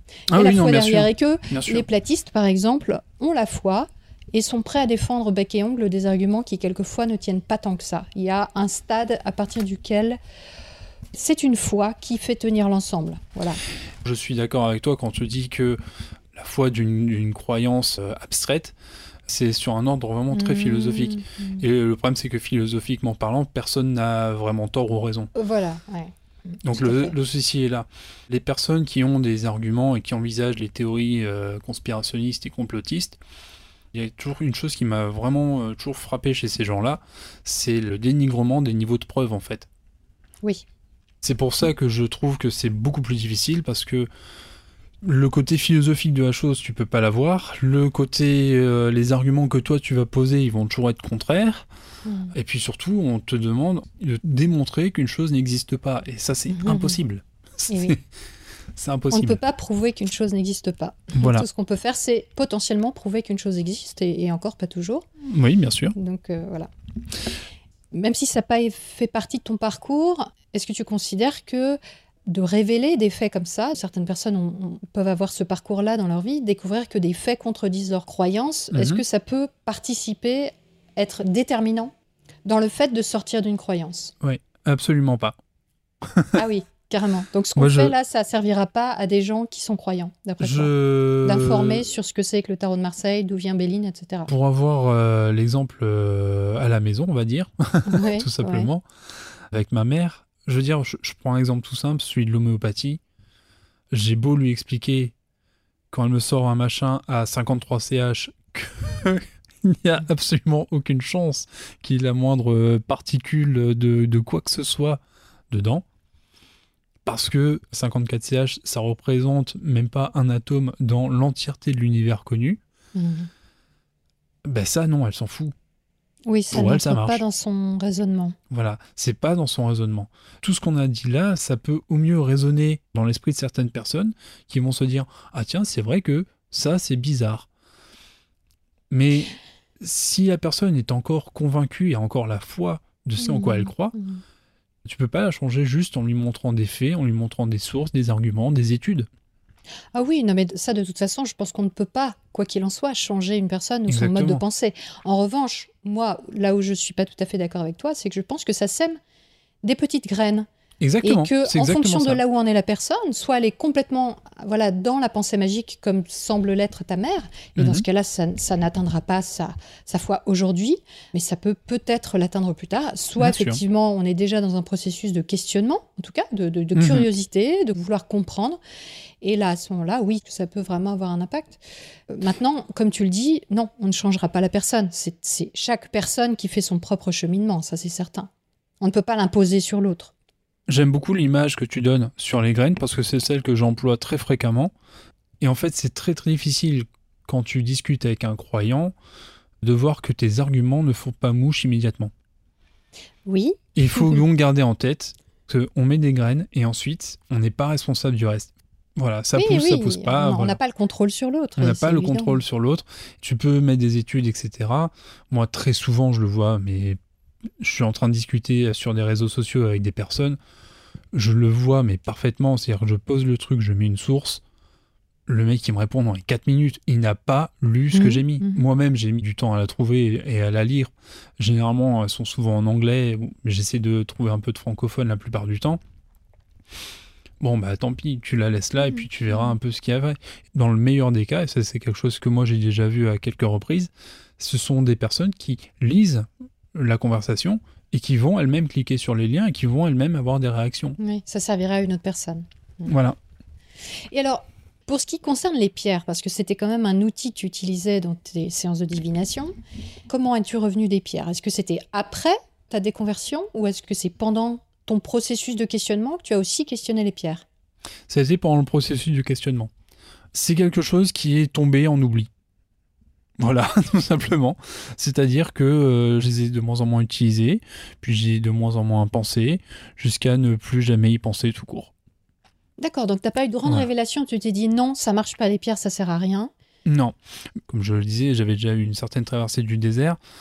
Bien Et que sûr. les platistes, par exemple, ont la foi et sont prêts à défendre bec et ongle des arguments qui, quelquefois, ne tiennent pas tant que ça. Il y a un stade à partir duquel c'est une foi qui fait tenir l'ensemble. Voilà. Je suis d'accord avec toi quand tu dis que la foi d'une croyance abstraite, c'est sur un ordre vraiment très philosophique. Et le problème, c'est que philosophiquement parlant, personne n'a vraiment tort ou raison. Voilà, ouais. Donc le souci est là. Les personnes qui ont des arguments et qui envisagent les théories conspirationnistes et complotistes, il y a toujours une chose qui m'a vraiment toujours frappé chez ces gens-là, c'est le dénigrement des niveaux de preuve, en fait. Oui. C'est pour ça que je trouve que c'est beaucoup plus difficile, parce que le côté philosophique de la chose, tu peux pas l'avoir. Le côté, les arguments que toi tu vas poser, ils vont toujours être contraires. Et puis surtout, on te demande de démontrer qu'une chose n'existe pas. Et ça, c'est impossible. C'est impossible. On ne peut pas prouver qu'une chose n'existe pas. Voilà. Tout ce qu'on peut faire, c'est potentiellement prouver qu'une chose existe, et encore pas toujours. Oui, bien sûr. Donc voilà. Même si ça n'a pas fait partie de ton parcours, est-ce que tu considères que de révéler des faits comme ça, certaines personnes peuvent avoir ce parcours-là dans leur vie, découvrir que des faits contredisent leurs croyances, est-ce que ça peut participer, être déterminant dans le fait de sortir d'une croyance? Oui, absolument pas. Ah oui, carrément. Donc ce qu'on fait là, ça ne servira pas à des gens qui sont croyants, d'après toi, d'informer sur ce que c'est que le tarot de Marseille, d'où vient Béline, etc. Pour avoir l'exemple à la maison, on va dire, Ouais, tout simplement, avec ma mère, je veux dire, je prends un exemple tout simple, celui de l'homéopathie. J'ai beau lui expliquer, quand elle me sort un machin à 53 CH, qu'il n'y a absolument aucune chance qu'il y ait la moindre particule de quoi que ce soit dedans. Parce que 54 CH, ça représente même pas un atome dans l'entièreté de l'univers connu. Ben ça, non, elle s'en fout. Oui, ça n'entre pas dans son raisonnement. Voilà, c'est pas dans son raisonnement. Tout ce qu'on a dit là, ça peut au mieux résonner dans l'esprit de certaines personnes qui vont se dire « Ah tiens, c'est vrai que ça, c'est bizarre. » Mais si la personne est encore convaincue et a encore la foi de ce en quoi elle croit, tu peux pas la changer juste en lui montrant des faits, en lui montrant des sources, des arguments, des études. Ah oui, non mais ça de toute façon, je pense qu'on ne peut pas, quoi qu'il en soit, changer une personne ou Exactement. son mode de pensée. En revanche, moi, là où je suis pas tout à fait d'accord avec toi, c'est que je pense que ça sème des petites graines. Exactement. Et que, c'est en exactement fonction ça. de là où en est la personne, soit elle est complètement dans la pensée magique, comme semble l'être ta mère, et dans ce cas-là, ça n'atteindra pas sa foi aujourd'hui, mais ça peut peut-être l'atteindre plus tard. Soit Bien effectivement, on est déjà dans un processus de questionnement, en tout cas, de curiosité, de vouloir comprendre. Et là, à ce moment-là, oui, ça peut vraiment avoir un impact. Maintenant, comme tu le dis, non, on ne changera pas la personne. C'est chaque personne qui fait son propre cheminement, ça c'est certain. On ne peut pas l'imposer sur l'autre. J'aime beaucoup l'image que tu donnes sur les graines parce que c'est celle que j'emploie très fréquemment. Et en fait, c'est très très difficile quand tu discutes avec un croyant de voir que tes arguments ne font pas mouche immédiatement. Oui. Il faut donc garder en tête qu'on met des graines et ensuite, on n'est pas responsable du reste. Voilà, ça pousse, ça pousse pas. On n'a pas le contrôle sur l'autre. On n'a pas le évident. contrôle sur l'autre. Tu peux mettre des études, etc. Moi, très souvent, je le vois, mais je suis en train de discuter sur des réseaux sociaux avec des personnes. Je le vois, mais parfaitement. C'est-à-dire que je pose le truc, je mets une source. Le mec, il me répond dans les 4 minutes. Il n'a pas lu ce que j'ai mis. Moi-même, j'ai mis du temps à la trouver et à la lire. Généralement, elles sont souvent en anglais. J'essaie de trouver un peu de francophone la plupart du temps. Bon, bah tant pis, tu la laisses là et puis tu verras un peu ce qu'il y avait. Dans le meilleur des cas, et ça c'est quelque chose que moi j'ai déjà vu à quelques reprises, ce sont des personnes qui lisent la conversation et qui vont elles-mêmes cliquer sur les liens et qui vont elles-mêmes avoir des réactions. Oui, ça servira à une autre personne. Voilà. Et alors, pour ce qui concerne les pierres, parce que c'était quand même un outil que tu utilisais dans tes séances de divination, comment es-tu revenu des pierres? Est-ce que c'était après ta déconversion ou est-ce que c'est pendant ton processus de questionnement que tu as aussi questionné les pierres? Ça a été pendant le processus du questionnement. C'est quelque chose qui est tombé en oubli. Voilà, tout simplement. C'est-à-dire que je les ai de moins en moins utilisés, puis j'ai de moins en moins pensé, jusqu'à ne plus jamais y penser tout court. D'accord, donc tu n'as pas eu de grande révélation, tu t'es dit non, ça marche pas les pierres, ça sert à rien. Non. Comme je le disais, j'avais déjà eu une certaine traversée du désert,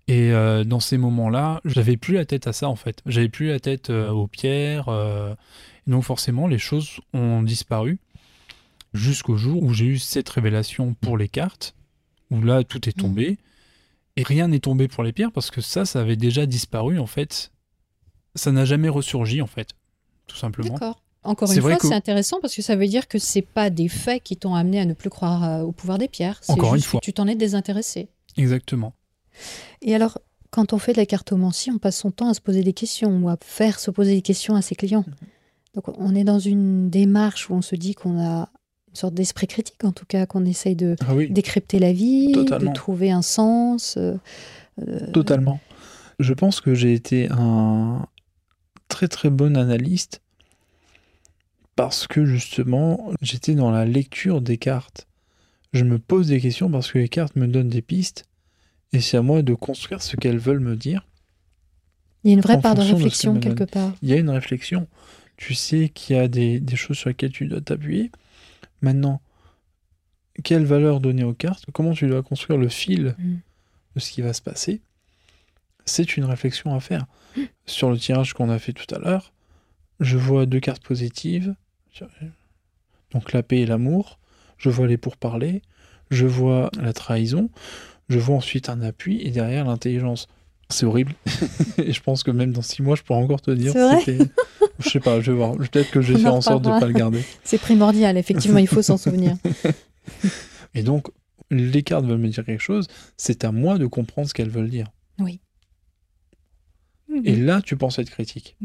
Et dans ces moments-là, j'avais plus la tête à ça en fait. J'avais plus la tête aux pierres. Donc forcément, les choses ont disparu jusqu'au jour où j'ai eu cette révélation pour les cartes, où là tout est tombé. Et rien n'est tombé pour les pierres parce que ça avait déjà disparu en fait. Ça n'a jamais ressurgi en fait, tout simplement. D'accord. Encore une fois, c'est intéressant parce que ça veut dire que c'est pas des faits qui t'ont amené à ne plus croire au pouvoir des pierres. C'est Encore juste une fois. que tu t'en es désintéressé. Exactement. Et alors, quand on fait de la cartomancie, on passe son temps à se poser des questions ou à faire se poser des questions à ses clients. Donc on est dans une démarche où on se dit qu'on a une sorte d'esprit critique, en tout cas, qu'on essaye de décrypter la vie, de trouver un sens. Totalement. Je pense que j'ai été un très très bon analyste parce que justement, j'étais dans la lecture des cartes. Je me pose des questions parce que les cartes me donnent des pistes et c'est à moi de construire ce qu'elles veulent me dire. Il y a une vraie part de réflexion quelque part. Il y a une réflexion. Tu sais qu'il y a des choses sur lesquelles tu dois t'appuyer. Maintenant, quelle valeur donner aux cartes? Comment tu dois construire le fil de ce qui va se passer? C'est une réflexion à faire. Sur le tirage qu'on a fait tout à l'heure, je vois 2 cartes positives. Donc la paix et l'amour. Je vois les pourparlers. Je vois la trahison. Je vois ensuite un appui et derrière l'intelligence. C'est horrible. Et je pense que même dans 6 mois, je pourrais encore te dire. Je sais pas, je vais voir. Peut-être que je vais faire en sorte de ne pas le garder. C'est primordial, effectivement, il faut s'en souvenir. Et donc, les cartes veulent me dire quelque chose, c'est à moi de comprendre ce qu'elles veulent dire. Oui. Et là, tu penses être critique.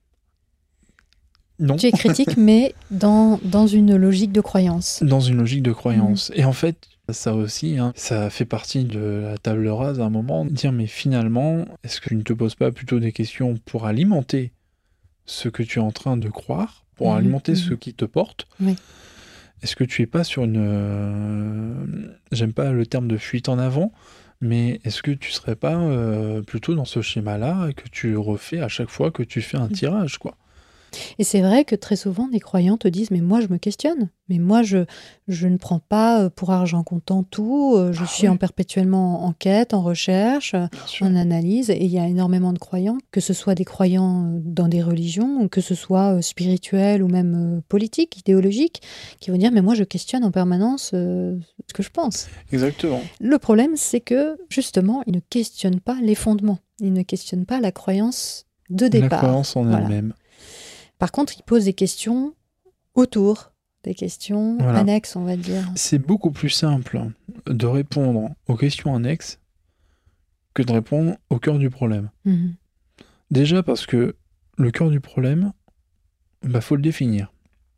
Non. Tu es critique, mais dans une logique de croyance. Dans une logique de croyance. Et en fait, ça aussi, ça fait partie de la table rase à un moment, dire mais finalement, est-ce que tu ne te poses pas plutôt des questions pour alimenter ce que tu es en train de croire, pour alimenter ce qui te porte? Oui. Est-ce que tu es pas sur une... J'aime pas le terme de fuite en avant, mais est-ce que tu serais pas plutôt dans ce schéma-là et que tu refais à chaque fois que tu fais un tirage, quoi? Et c'est vrai que très souvent, des croyants te disent « Mais moi, je me questionne. Mais moi, je ne prends pas pour argent comptant tout. Je suis perpétuellement en quête, en recherche, en analyse. » Et il y a énormément de croyants, que ce soit des croyants dans des religions, ou que ce soit spirituels ou même politiques, idéologiques, qui vont dire « Mais moi, je questionne en permanence ce que je pense. » Exactement. Le problème, c'est que, justement, ils ne questionnent pas les fondements. Ils ne questionnent pas la croyance de départ. La croyance en elle-même. Par contre, il pose des questions autour, des questions annexes, on va dire. C'est beaucoup plus simple de répondre aux questions annexes que de répondre au cœur du problème. Déjà parce que le cœur du problème, faut le définir.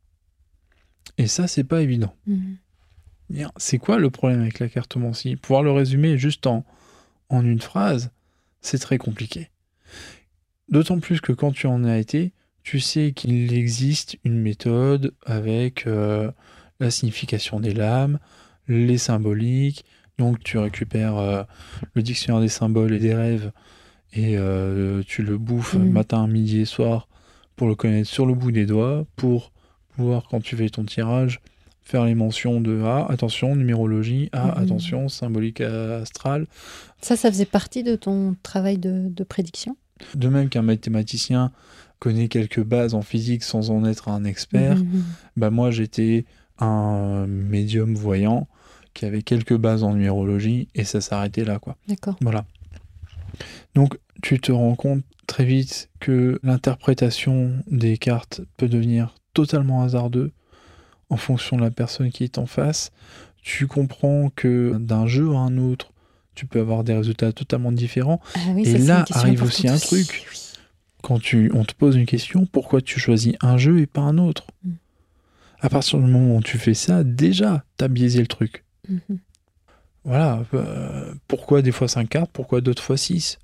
Et ça, c'est pas évident. C'est quoi le problème avec la cartomancie? Pouvoir le résumer juste en une phrase, c'est très compliqué. D'autant plus que quand tu en as été, tu sais qu'il existe une méthode avec la signification des lames, les symboliques. Donc tu récupères le dictionnaire des symboles et des rêves et tu le bouffes matin, midi et soir pour le connaître sur le bout des doigts, pour pouvoir, quand tu fais ton tirage, faire les mentions de attention, numérologie, attention, symbolique astrale. Ça faisait partie de ton travail de prédiction? De même qu'un mathématicien connaît quelques bases en physique sans en être un expert, moi j'étais un médium voyant qui avait quelques bases en numérologie et ça s'arrêtait là, quoi. D'accord. Voilà. Donc tu te rends compte très vite que l'interprétation des cartes peut devenir totalement hasardeux en fonction de la personne qui est en face. Tu comprends que d'un jeu à un autre, tu peux avoir des résultats totalement différents. Et là arrive aussi un truc. Oui. Quand on te pose une question, pourquoi tu choisis un jeu et pas un autre? À partir du moment où tu fais ça, déjà, t'as biaisé le truc. Voilà. Pourquoi des fois 5 cartes, pourquoi d'autres fois 6?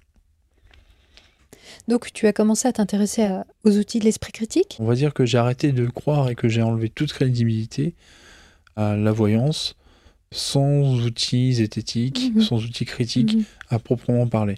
Donc tu as commencé à t'intéresser aux outils de l'esprit critique? On va dire que j'ai arrêté de croire et que j'ai enlevé toute crédibilité à la voyance sans outils zététiques, sans outils critiques à proprement parler.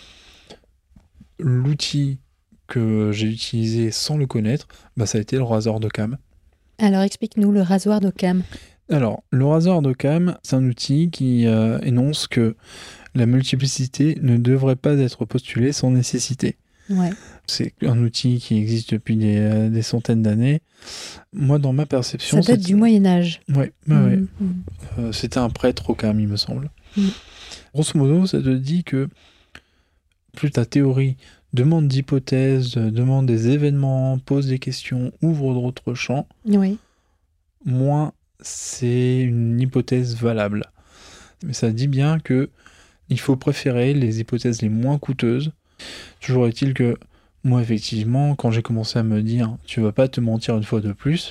L'outil que j'ai utilisé sans le connaître, ça a été le rasoir d'Occam. Alors explique-nous le rasoir d'Occam. Alors, le rasoir d'Occam, c'est un outil qui énonce que La multiplicité ne devrait pas être postulée sans nécessité. Ouais. C'est un outil qui existe depuis des centaines d'années. Moi, dans ma perception... Ça date du Moyen-Âge. Ouais. C'était un prêtre au Occam, il me semble. Grosso modo, ça te dit que plus ta théorie demande d'hypothèses, demande des événements, pose des questions, ouvre d'autres champs, moins c'est une hypothèse valable. Mais ça dit bien que il faut préférer les hypothèses les moins coûteuses. Toujours est-il que moi, effectivement, quand j'ai commencé à me dire tu vas pas te mentir une fois de plus,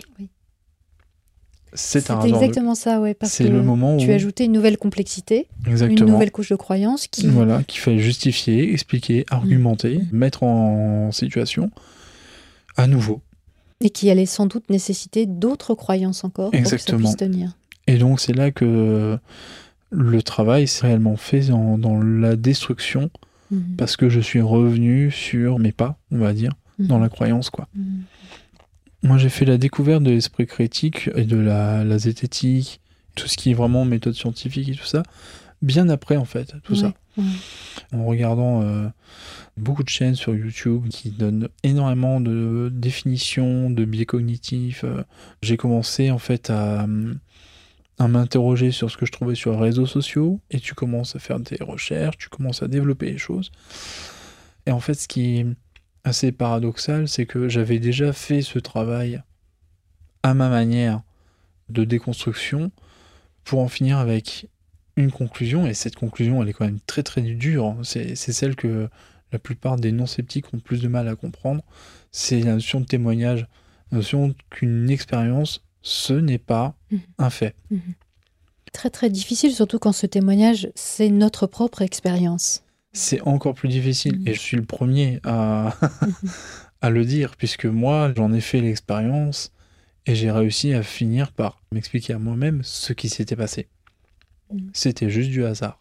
c'est exactement ça, parce c'est que le moment tu où ajoutais une nouvelle complexité, exactement. Une nouvelle couche de croyances qu'il fallait justifier, expliquer, argumenter, mettre en situation à nouveau. Et qui allait sans doute nécessiter d'autres croyances encore exactement. Pour que ça puisse tenir. Et donc c'est là que le travail s'est réellement fait dans la destruction, parce que je suis revenu sur mes pas, on va dire, dans la croyance, quoi. Moi, j'ai fait la découverte de l'esprit critique et de la zététique, tout ce qui est vraiment méthode scientifique et tout ça, bien après, en fait, tout ça. En regardant beaucoup de chaînes sur YouTube qui donnent énormément de définitions, de biais cognitifs, j'ai commencé, en fait, à m'interroger sur ce que je trouvais sur les réseaux sociaux, et tu commences à faire des recherches, tu commences à développer les choses. Et en fait, ce qui est assez paradoxal, c'est que j'avais déjà fait ce travail à ma manière de déconstruction pour en finir avec une conclusion, et cette conclusion, elle est quand même très très dure. C'est celle que la plupart des non-sceptiques ont plus de mal à comprendre. C'est la notion de témoignage, la notion qu'une expérience, ce n'est pas un fait. Très très difficile, surtout quand ce témoignage, c'est notre propre expérience. C'est encore plus difficile, et je suis le premier à le dire, puisque moi, j'en ai fait l'expérience, et j'ai réussi à finir par m'expliquer à moi-même ce qui s'était passé. C'était juste du hasard.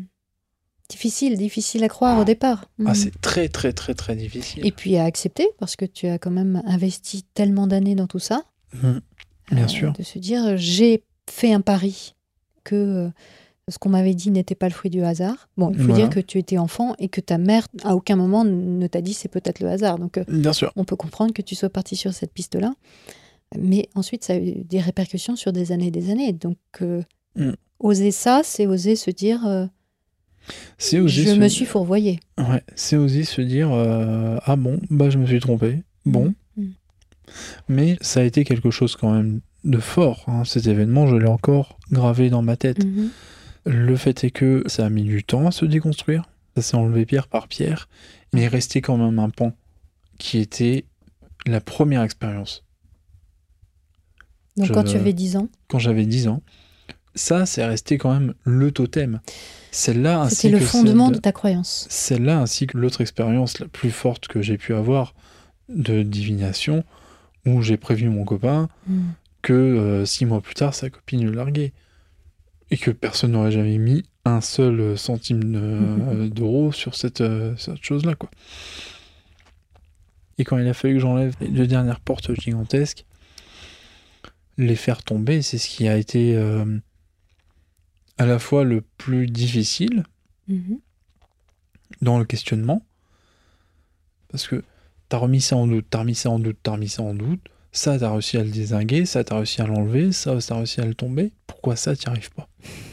Difficile à croire au départ. C'est très très très très difficile. Et puis à accepter, parce que tu as quand même investi tellement d'années dans tout ça. Bien sûr. De se dire, j'ai fait un pari que ce qu'on m'avait dit n'était pas le fruit du hasard. Bon, il faut dire que tu étais enfant et que ta mère, à aucun moment, ne t'a dit c'est peut-être le hasard. Donc, bien sûr. On peut comprendre que tu sois parti sur cette piste-là. Mais ensuite, ça a eu des répercussions sur des années et des années. Donc, oser ça, c'est oser se dire je me suis fourvoyé. Ouais, c'est oser se dire ah bon, bah je me suis trompé. Bon. Mais ça a été quelque chose quand même de fort. Cet événement, je l'ai encore gravé dans ma tête. Le fait est que ça a mis du temps à se déconstruire. Ça s'est enlevé pierre par pierre. Mais il restait quand même un pan qui était la première expérience. Donc quand tu avais 10 ans ? Quand j'avais 10 ans. Ça, c'est resté quand même le totem. Celle-là, ainsi c'était le fondement de ta croyance. Celle-là, ainsi que l'autre expérience la plus forte que j'ai pu avoir de divination, où j'ai prévenu mon copain que 6 mois plus tard, sa copine le larguait. Et que personne n'aurait jamais mis un seul centime d'euro sur cette chose-là, quoi. Et quand il a fallu que j'enlève les 2 dernières portes gigantesques, les faire tomber, c'est ce qui a été à la fois le plus difficile dans le questionnement, parce que t'as remis ça en doute, ça t'as réussi à le dézinguer, ça t'as réussi à l'enlever, ça t'as réussi à le tomber, pourquoi ça t'y arrives pas ?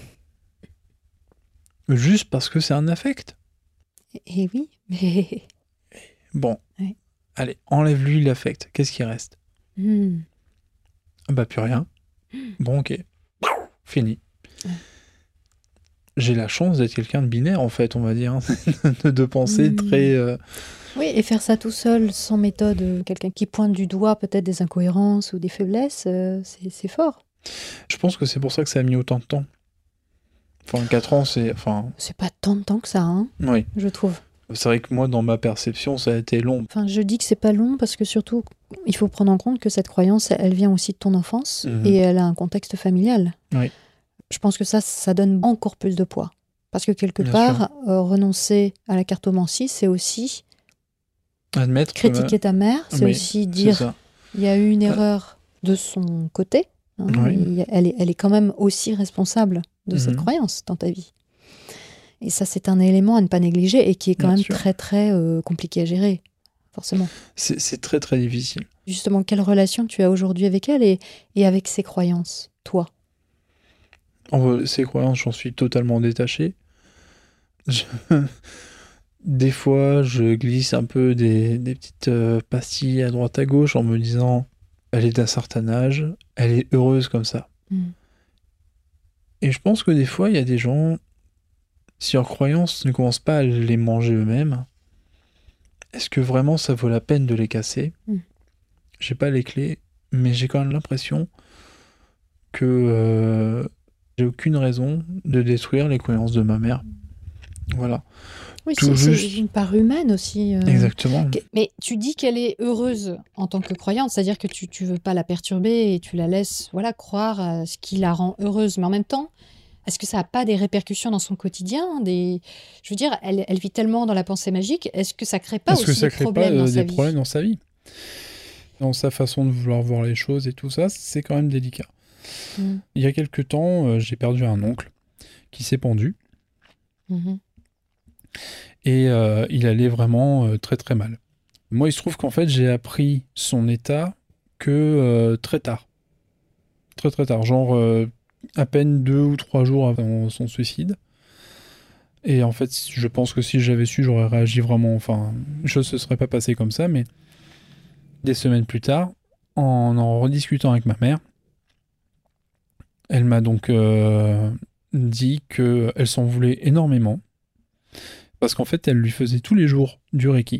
Juste parce que c'est un affect. Et oui, mais... Bon, allez, enlève-lui l'affect, qu'est-ce qui reste ? Bah plus rien. Bon, ok, fini. J'ai la chance d'être quelqu'un de binaire, en fait, on va dire, de penser très... Oui, et faire ça tout seul, sans méthode, quelqu'un qui pointe du doigt peut-être des incohérences ou des faiblesses, c'est fort. Je pense que c'est pour ça que ça a mis autant de temps. Enfin, 4 ans, c'est... C'est pas tant de temps que ça, oui. Je trouve. C'est vrai que moi, dans ma perception, ça a été long. Enfin, je dis que c'est pas long parce que surtout, il faut prendre en compte que cette croyance, elle vient aussi de ton enfance et elle a un contexte familial. Oui. Je pense que ça donne encore plus de poids. Parce que quelque part, renoncer à la cartomancie, c'est aussi admettre critiquer ta mère, c'est aussi dire il y a eu une erreur de son côté. Elle est quand même aussi responsable de cette croyance dans ta vie. Et ça, c'est un élément à ne pas négliger et qui est quand Bien même sûr. très, très compliqué à gérer, forcément. C'est très, très difficile. Justement, quelle relation tu as aujourd'hui avec elle et avec ses croyances, toi? Ces croyances, j'en suis totalement détaché. Je- Des fois, je glisse un peu des petites pastilles à droite à gauche en me disant, elle est d'un certain âge, elle est heureuse comme ça. Et je pense que des fois, il y a des gens, si leurs croyances ne commencent pas à les manger eux-mêmes, est-ce que vraiment ça vaut la peine de les casser? J'ai pas les clés, mais j'ai quand même l'impression que j'ai aucune raison de détruire les croyances de ma mère. Voilà. Oui, Tout c'est juste. une part humaine aussi. Exactement. Mais tu dis qu'elle est heureuse en tant que croyante, c'est-à-dire que tu veux pas la perturber et tu la laisses croire à ce qui la rend heureuse. Mais en même temps, est-ce que ça n'a pas des répercussions dans son quotidien? Je veux dire, elle vit tellement dans la pensée magique, est-ce que ça crée pas Est-ce que aussi ça des crée problèmes pas dans sa des vie? problèmes dans sa vie? Dans sa façon de vouloir voir les choses et tout ça, c'est quand même délicat. Il y a quelque temps, j'ai perdu un oncle qui s'est pendu. Et il allait vraiment très très mal. Moi, il se trouve qu'en fait, j'ai appris son état que très tard. Très très tard, genre à peine 2 ou 3 jours avant son suicide. Et en fait, je pense que si j'avais su, j'aurais réagi vraiment... Enfin, les choses ne se seraient pas passées comme ça, mais des semaines plus tard, en rediscutant avec ma mère, elle m'a donc dit qu'elle s'en voulait énormément. Parce qu'en fait, elle lui faisait tous les jours du Reiki.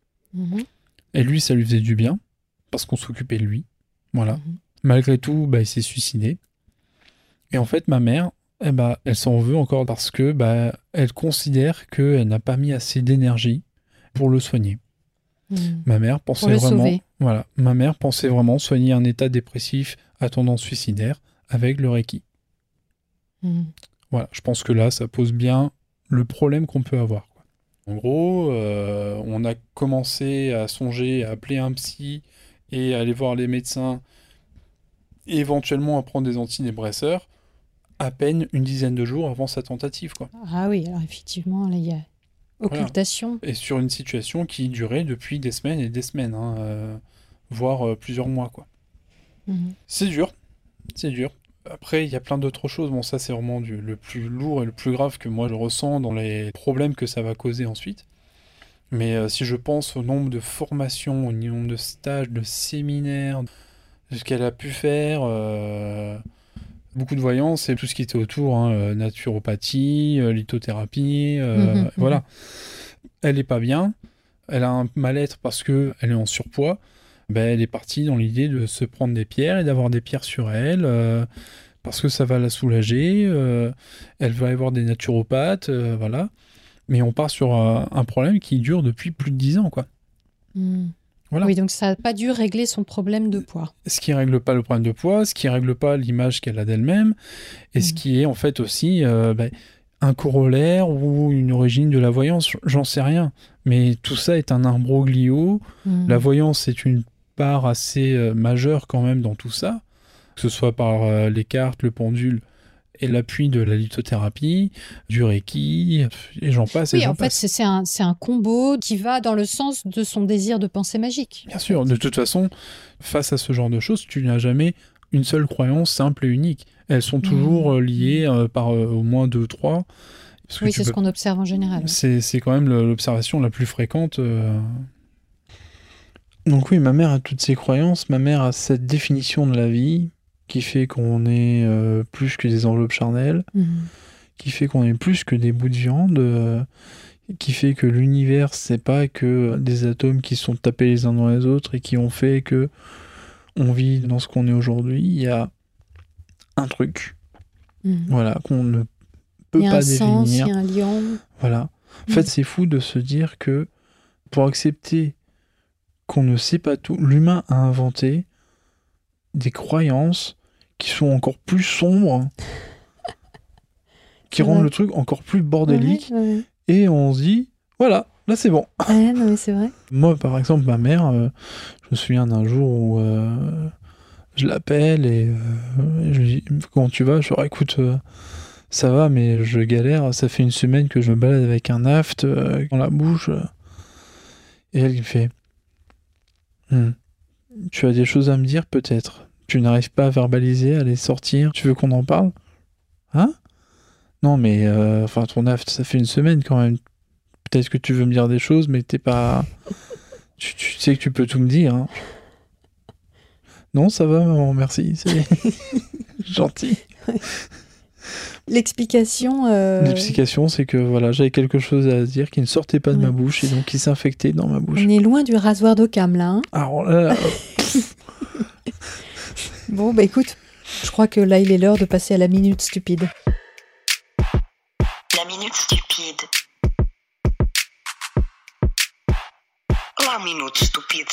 Et lui, ça lui faisait du bien, parce qu'on s'occupait de lui. Voilà. Malgré tout, il s'est suicidé. Et en fait, ma mère, elle s'en veut encore parce que elle considère qu'elle n'a pas mis assez d'énergie pour le soigner. Ma mère pensait vraiment, voilà, ma mère pensait vraiment soigner un état dépressif à tendance suicidaire avec le Reiki. Voilà, je pense que là, ça pose bien le problème qu'on peut avoir. En gros, on a commencé à songer à appeler un psy et à aller voir les médecins, et éventuellement à prendre des antidépresseurs, à peine une dizaine de jours avant sa tentative, quoi. Ah oui, alors effectivement, là, il y a occultation. Voilà. Et sur une situation qui durait depuis des semaines et des semaines, voire plusieurs mois, quoi. C'est dur, c'est dur. Après, il y a plein d'autres choses. Bon, ça, c'est vraiment le plus lourd et le plus grave que moi je ressens dans les problèmes que ça va causer ensuite. Mais si je pense au nombre de formations, au nombre de stages, de séminaires, de ce qu'elle a pu faire, beaucoup de voyance et tout ce qui était autour, naturopathie, lithothérapie, voilà. Elle n'est pas bien, elle a un mal-être parce qu'elle est en surpoids. Elle est partie dans l'idée de se prendre des pierres et d'avoir des pierres sur elle, parce que ça va la soulager, elle va avoir des naturopathes, voilà. Mais on part sur un problème qui dure depuis plus de 10 ans, quoi. Voilà. Oui, donc ça n'a pas dû régler son problème de poids. Ce qui ne règle pas le problème de poids, ce qui ne règle pas l'image qu'elle a d'elle-même, et ce qui est en fait aussi un corollaire ou une origine de la voyance, j'en sais rien. Mais tout ça est un imbroglio. La voyance est une part assez majeure quand même dans tout ça, que ce soit par les cartes, le pendule et l'appui de la lithothérapie, du Reiki, et j'en passe. Oui, en fait, c'est un combo qui va dans le sens de son désir de pensée magique. Bien sûr, de toute façon, face à ce genre de choses, tu n'as jamais une seule croyance simple et unique. Elles sont toujours liées par au moins 2, 3. Oui, c'est ce qu'on observe en général. C'est quand même l'observation la plus fréquente. Donc oui, ma mère a toutes ces croyances, ma mère a cette définition de la vie qui fait qu'on est plus que des enveloppes charnelles, qui fait qu'on est plus que des bouts de viande, qui fait que l'univers, c'est pas que des atomes qui sont tapés les uns dans les autres et qui ont fait que on vit dans ce qu'on est aujourd'hui. Il y a un truc, voilà, qu'on ne peut pas définir. Il y a un lien. Voilà. En fait, c'est fou de se dire que pour accepter qu'on ne sait pas tout, l'humain a inventé des croyances qui sont encore plus sombres, qui rendent le truc encore plus bordélique, et on se dit, voilà, là c'est bon. Non, mais c'est vrai. Moi, par exemple, ma mère, je me souviens d'un jour où je l'appelle et je lui dis, comment tu vas? Je lui dis, écoute, Ça va, mais je galère. Ça fait une semaine que je me balade avec un aft dans la bouche. Et elle me fait tu as des choses à me dire, peut-être. Tu n'arrives pas à verbaliser, à les sortir. Tu veux qu'on en parle? Hein? Non, mais ton aft, ça fait une semaine quand même. Peut-être que tu veux me dire des choses, mais t'es pas... tu sais que tu peux tout me dire. Hein. Non, ça va, maman, merci. C'est gentil. L'explication... L'explication, c'est que voilà, j'avais quelque chose à dire qui ne sortait pas de ma bouche et donc qui s'infectait dans ma bouche. On est loin du rasoir d'Occam, là. Hein. Alors là... Bon, bah écoute, je crois que là, il est l'heure de passer à la minute stupide. La minute stupide. La minute stupide.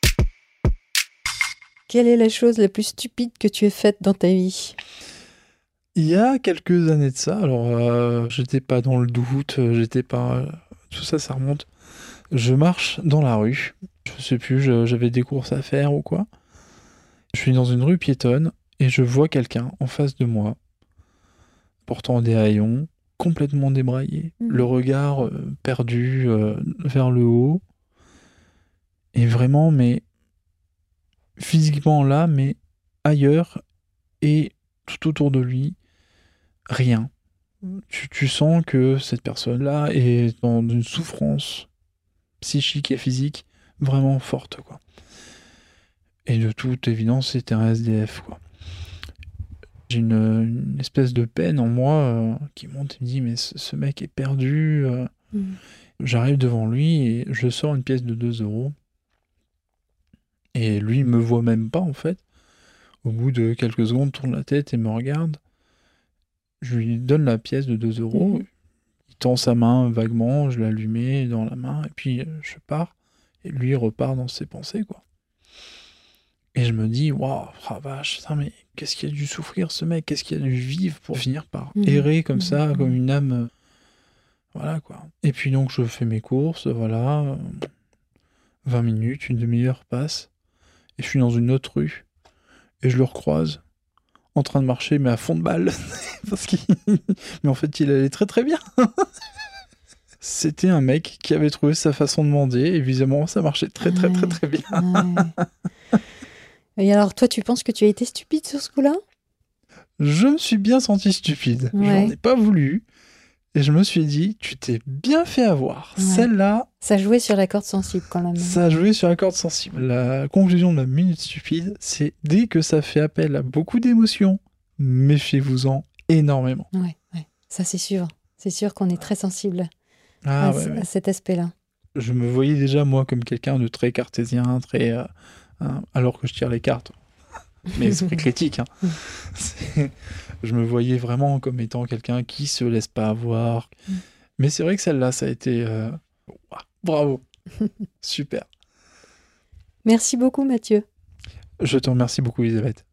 Quelle est la chose la plus stupide que tu aies faite dans ta vie? Il y a quelques années de ça, alors j'étais pas dans le doute, j'étais pas... tout ça, ça remonte. Je marche dans la rue, je sais plus, j'avais des courses à faire ou quoi. Je suis dans une rue piétonne et je vois quelqu'un en face de moi, portant des haillons, complètement débraillé, le regard perdu vers le haut, et vraiment, mais physiquement là, mais ailleurs, et tout autour de lui, rien. Tu sens que cette personne-là est dans une souffrance psychique et physique vraiment forte, quoi. Et de toute évidence, c'était un SDF, quoi. J'ai une espèce de peine en moi qui monte et me dit, mais ce mec est perdu. J'arrive devant lui et je sors une pièce de 2 €. Et lui, il me voit même pas, en fait. Au bout de quelques secondes, tourne la tête et me regarde. Je lui donne la pièce de 2 €. Il tend sa main vaguement, je la lui mets dans la main, et puis je pars. Et lui, il repart dans ses pensées, quoi. Et je me dis, waouh, vache, mais qu'est-ce qu'il a dû souffrir, ce mec? Qu'est-ce qu'il a dû vivre pour finir par errer comme ça, comme une âme... Voilà, quoi. Et puis donc, je fais mes courses, voilà. 20 minutes, une demi-heure passe. Et je suis dans une autre rue. Et je le recroise, en train de marcher, mais à fond de balle. Mais en fait, il allait très très bien. C'était un mec qui avait trouvé sa façon de mendier. Et évidemment, ça marchait très très très très bien. Et alors, toi, tu penses que tu as été stupide sur ce coup-là? Je me suis bien senti stupide. J'en ai pas voulu. Et je me suis dit, tu t'es bien fait avoir. Celle-là... Ça jouait sur la corde sensible, quand même. Ça jouait sur la corde sensible. La conclusion de la minute stupide, c'est dès que ça fait appel à beaucoup d'émotions, méfiez-vous-en énormément. Ouais. Ça, c'est sûr. C'est sûr qu'on est très sensible à cet aspect-là. Je me voyais déjà, moi, comme quelqu'un de très cartésien, très... alors que je tire les cartes. Mais esprit critique. Hein. Je me voyais vraiment comme étant quelqu'un qui se laisse pas avoir. Mais c'est vrai que celle-là, ça a été... bravo. Super. Merci beaucoup, Mathieu. Je te remercie beaucoup, Elisabeth.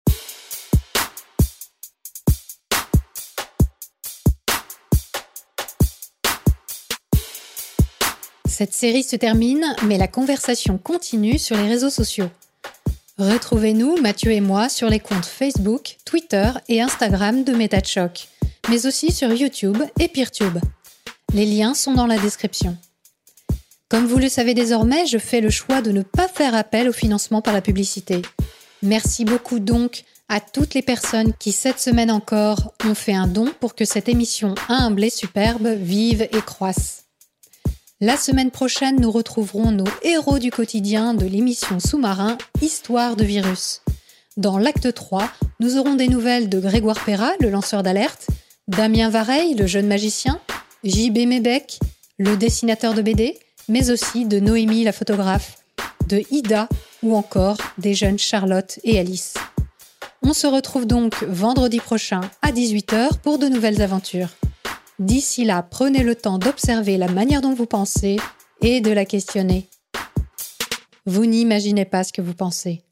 Cette série se termine, mais la conversation continue sur les réseaux sociaux. Retrouvez-nous, Mathieu et moi, sur les comptes Facebook, Twitter et Instagram de Méta de Choc, mais aussi sur YouTube et Peertube. Les liens sont dans la description. Comme vous le savez désormais, je fais le choix de ne pas faire appel au financement par la publicité. Merci beaucoup donc à toutes les personnes qui, cette semaine encore, ont fait un don pour que cette émission humble et superbe vive et croisse. La semaine prochaine, nous retrouverons nos héros du quotidien de l'émission Sous-marin Histoire de virus. Dans l'acte 3, nous aurons des nouvelles de Grégoire Perra, le lanceur d'alerte, Damien Vareille, le jeune magicien, J.B. Mébec, le dessinateur de BD, mais aussi de Noémie, la photographe, de Ida ou encore des jeunes Charlotte et Alice. On se retrouve donc vendredi prochain à 18h pour de nouvelles aventures. D'ici là, prenez le temps d'observer la manière dont vous pensez et de la questionner. Vous n'imaginez pas ce que vous pensez.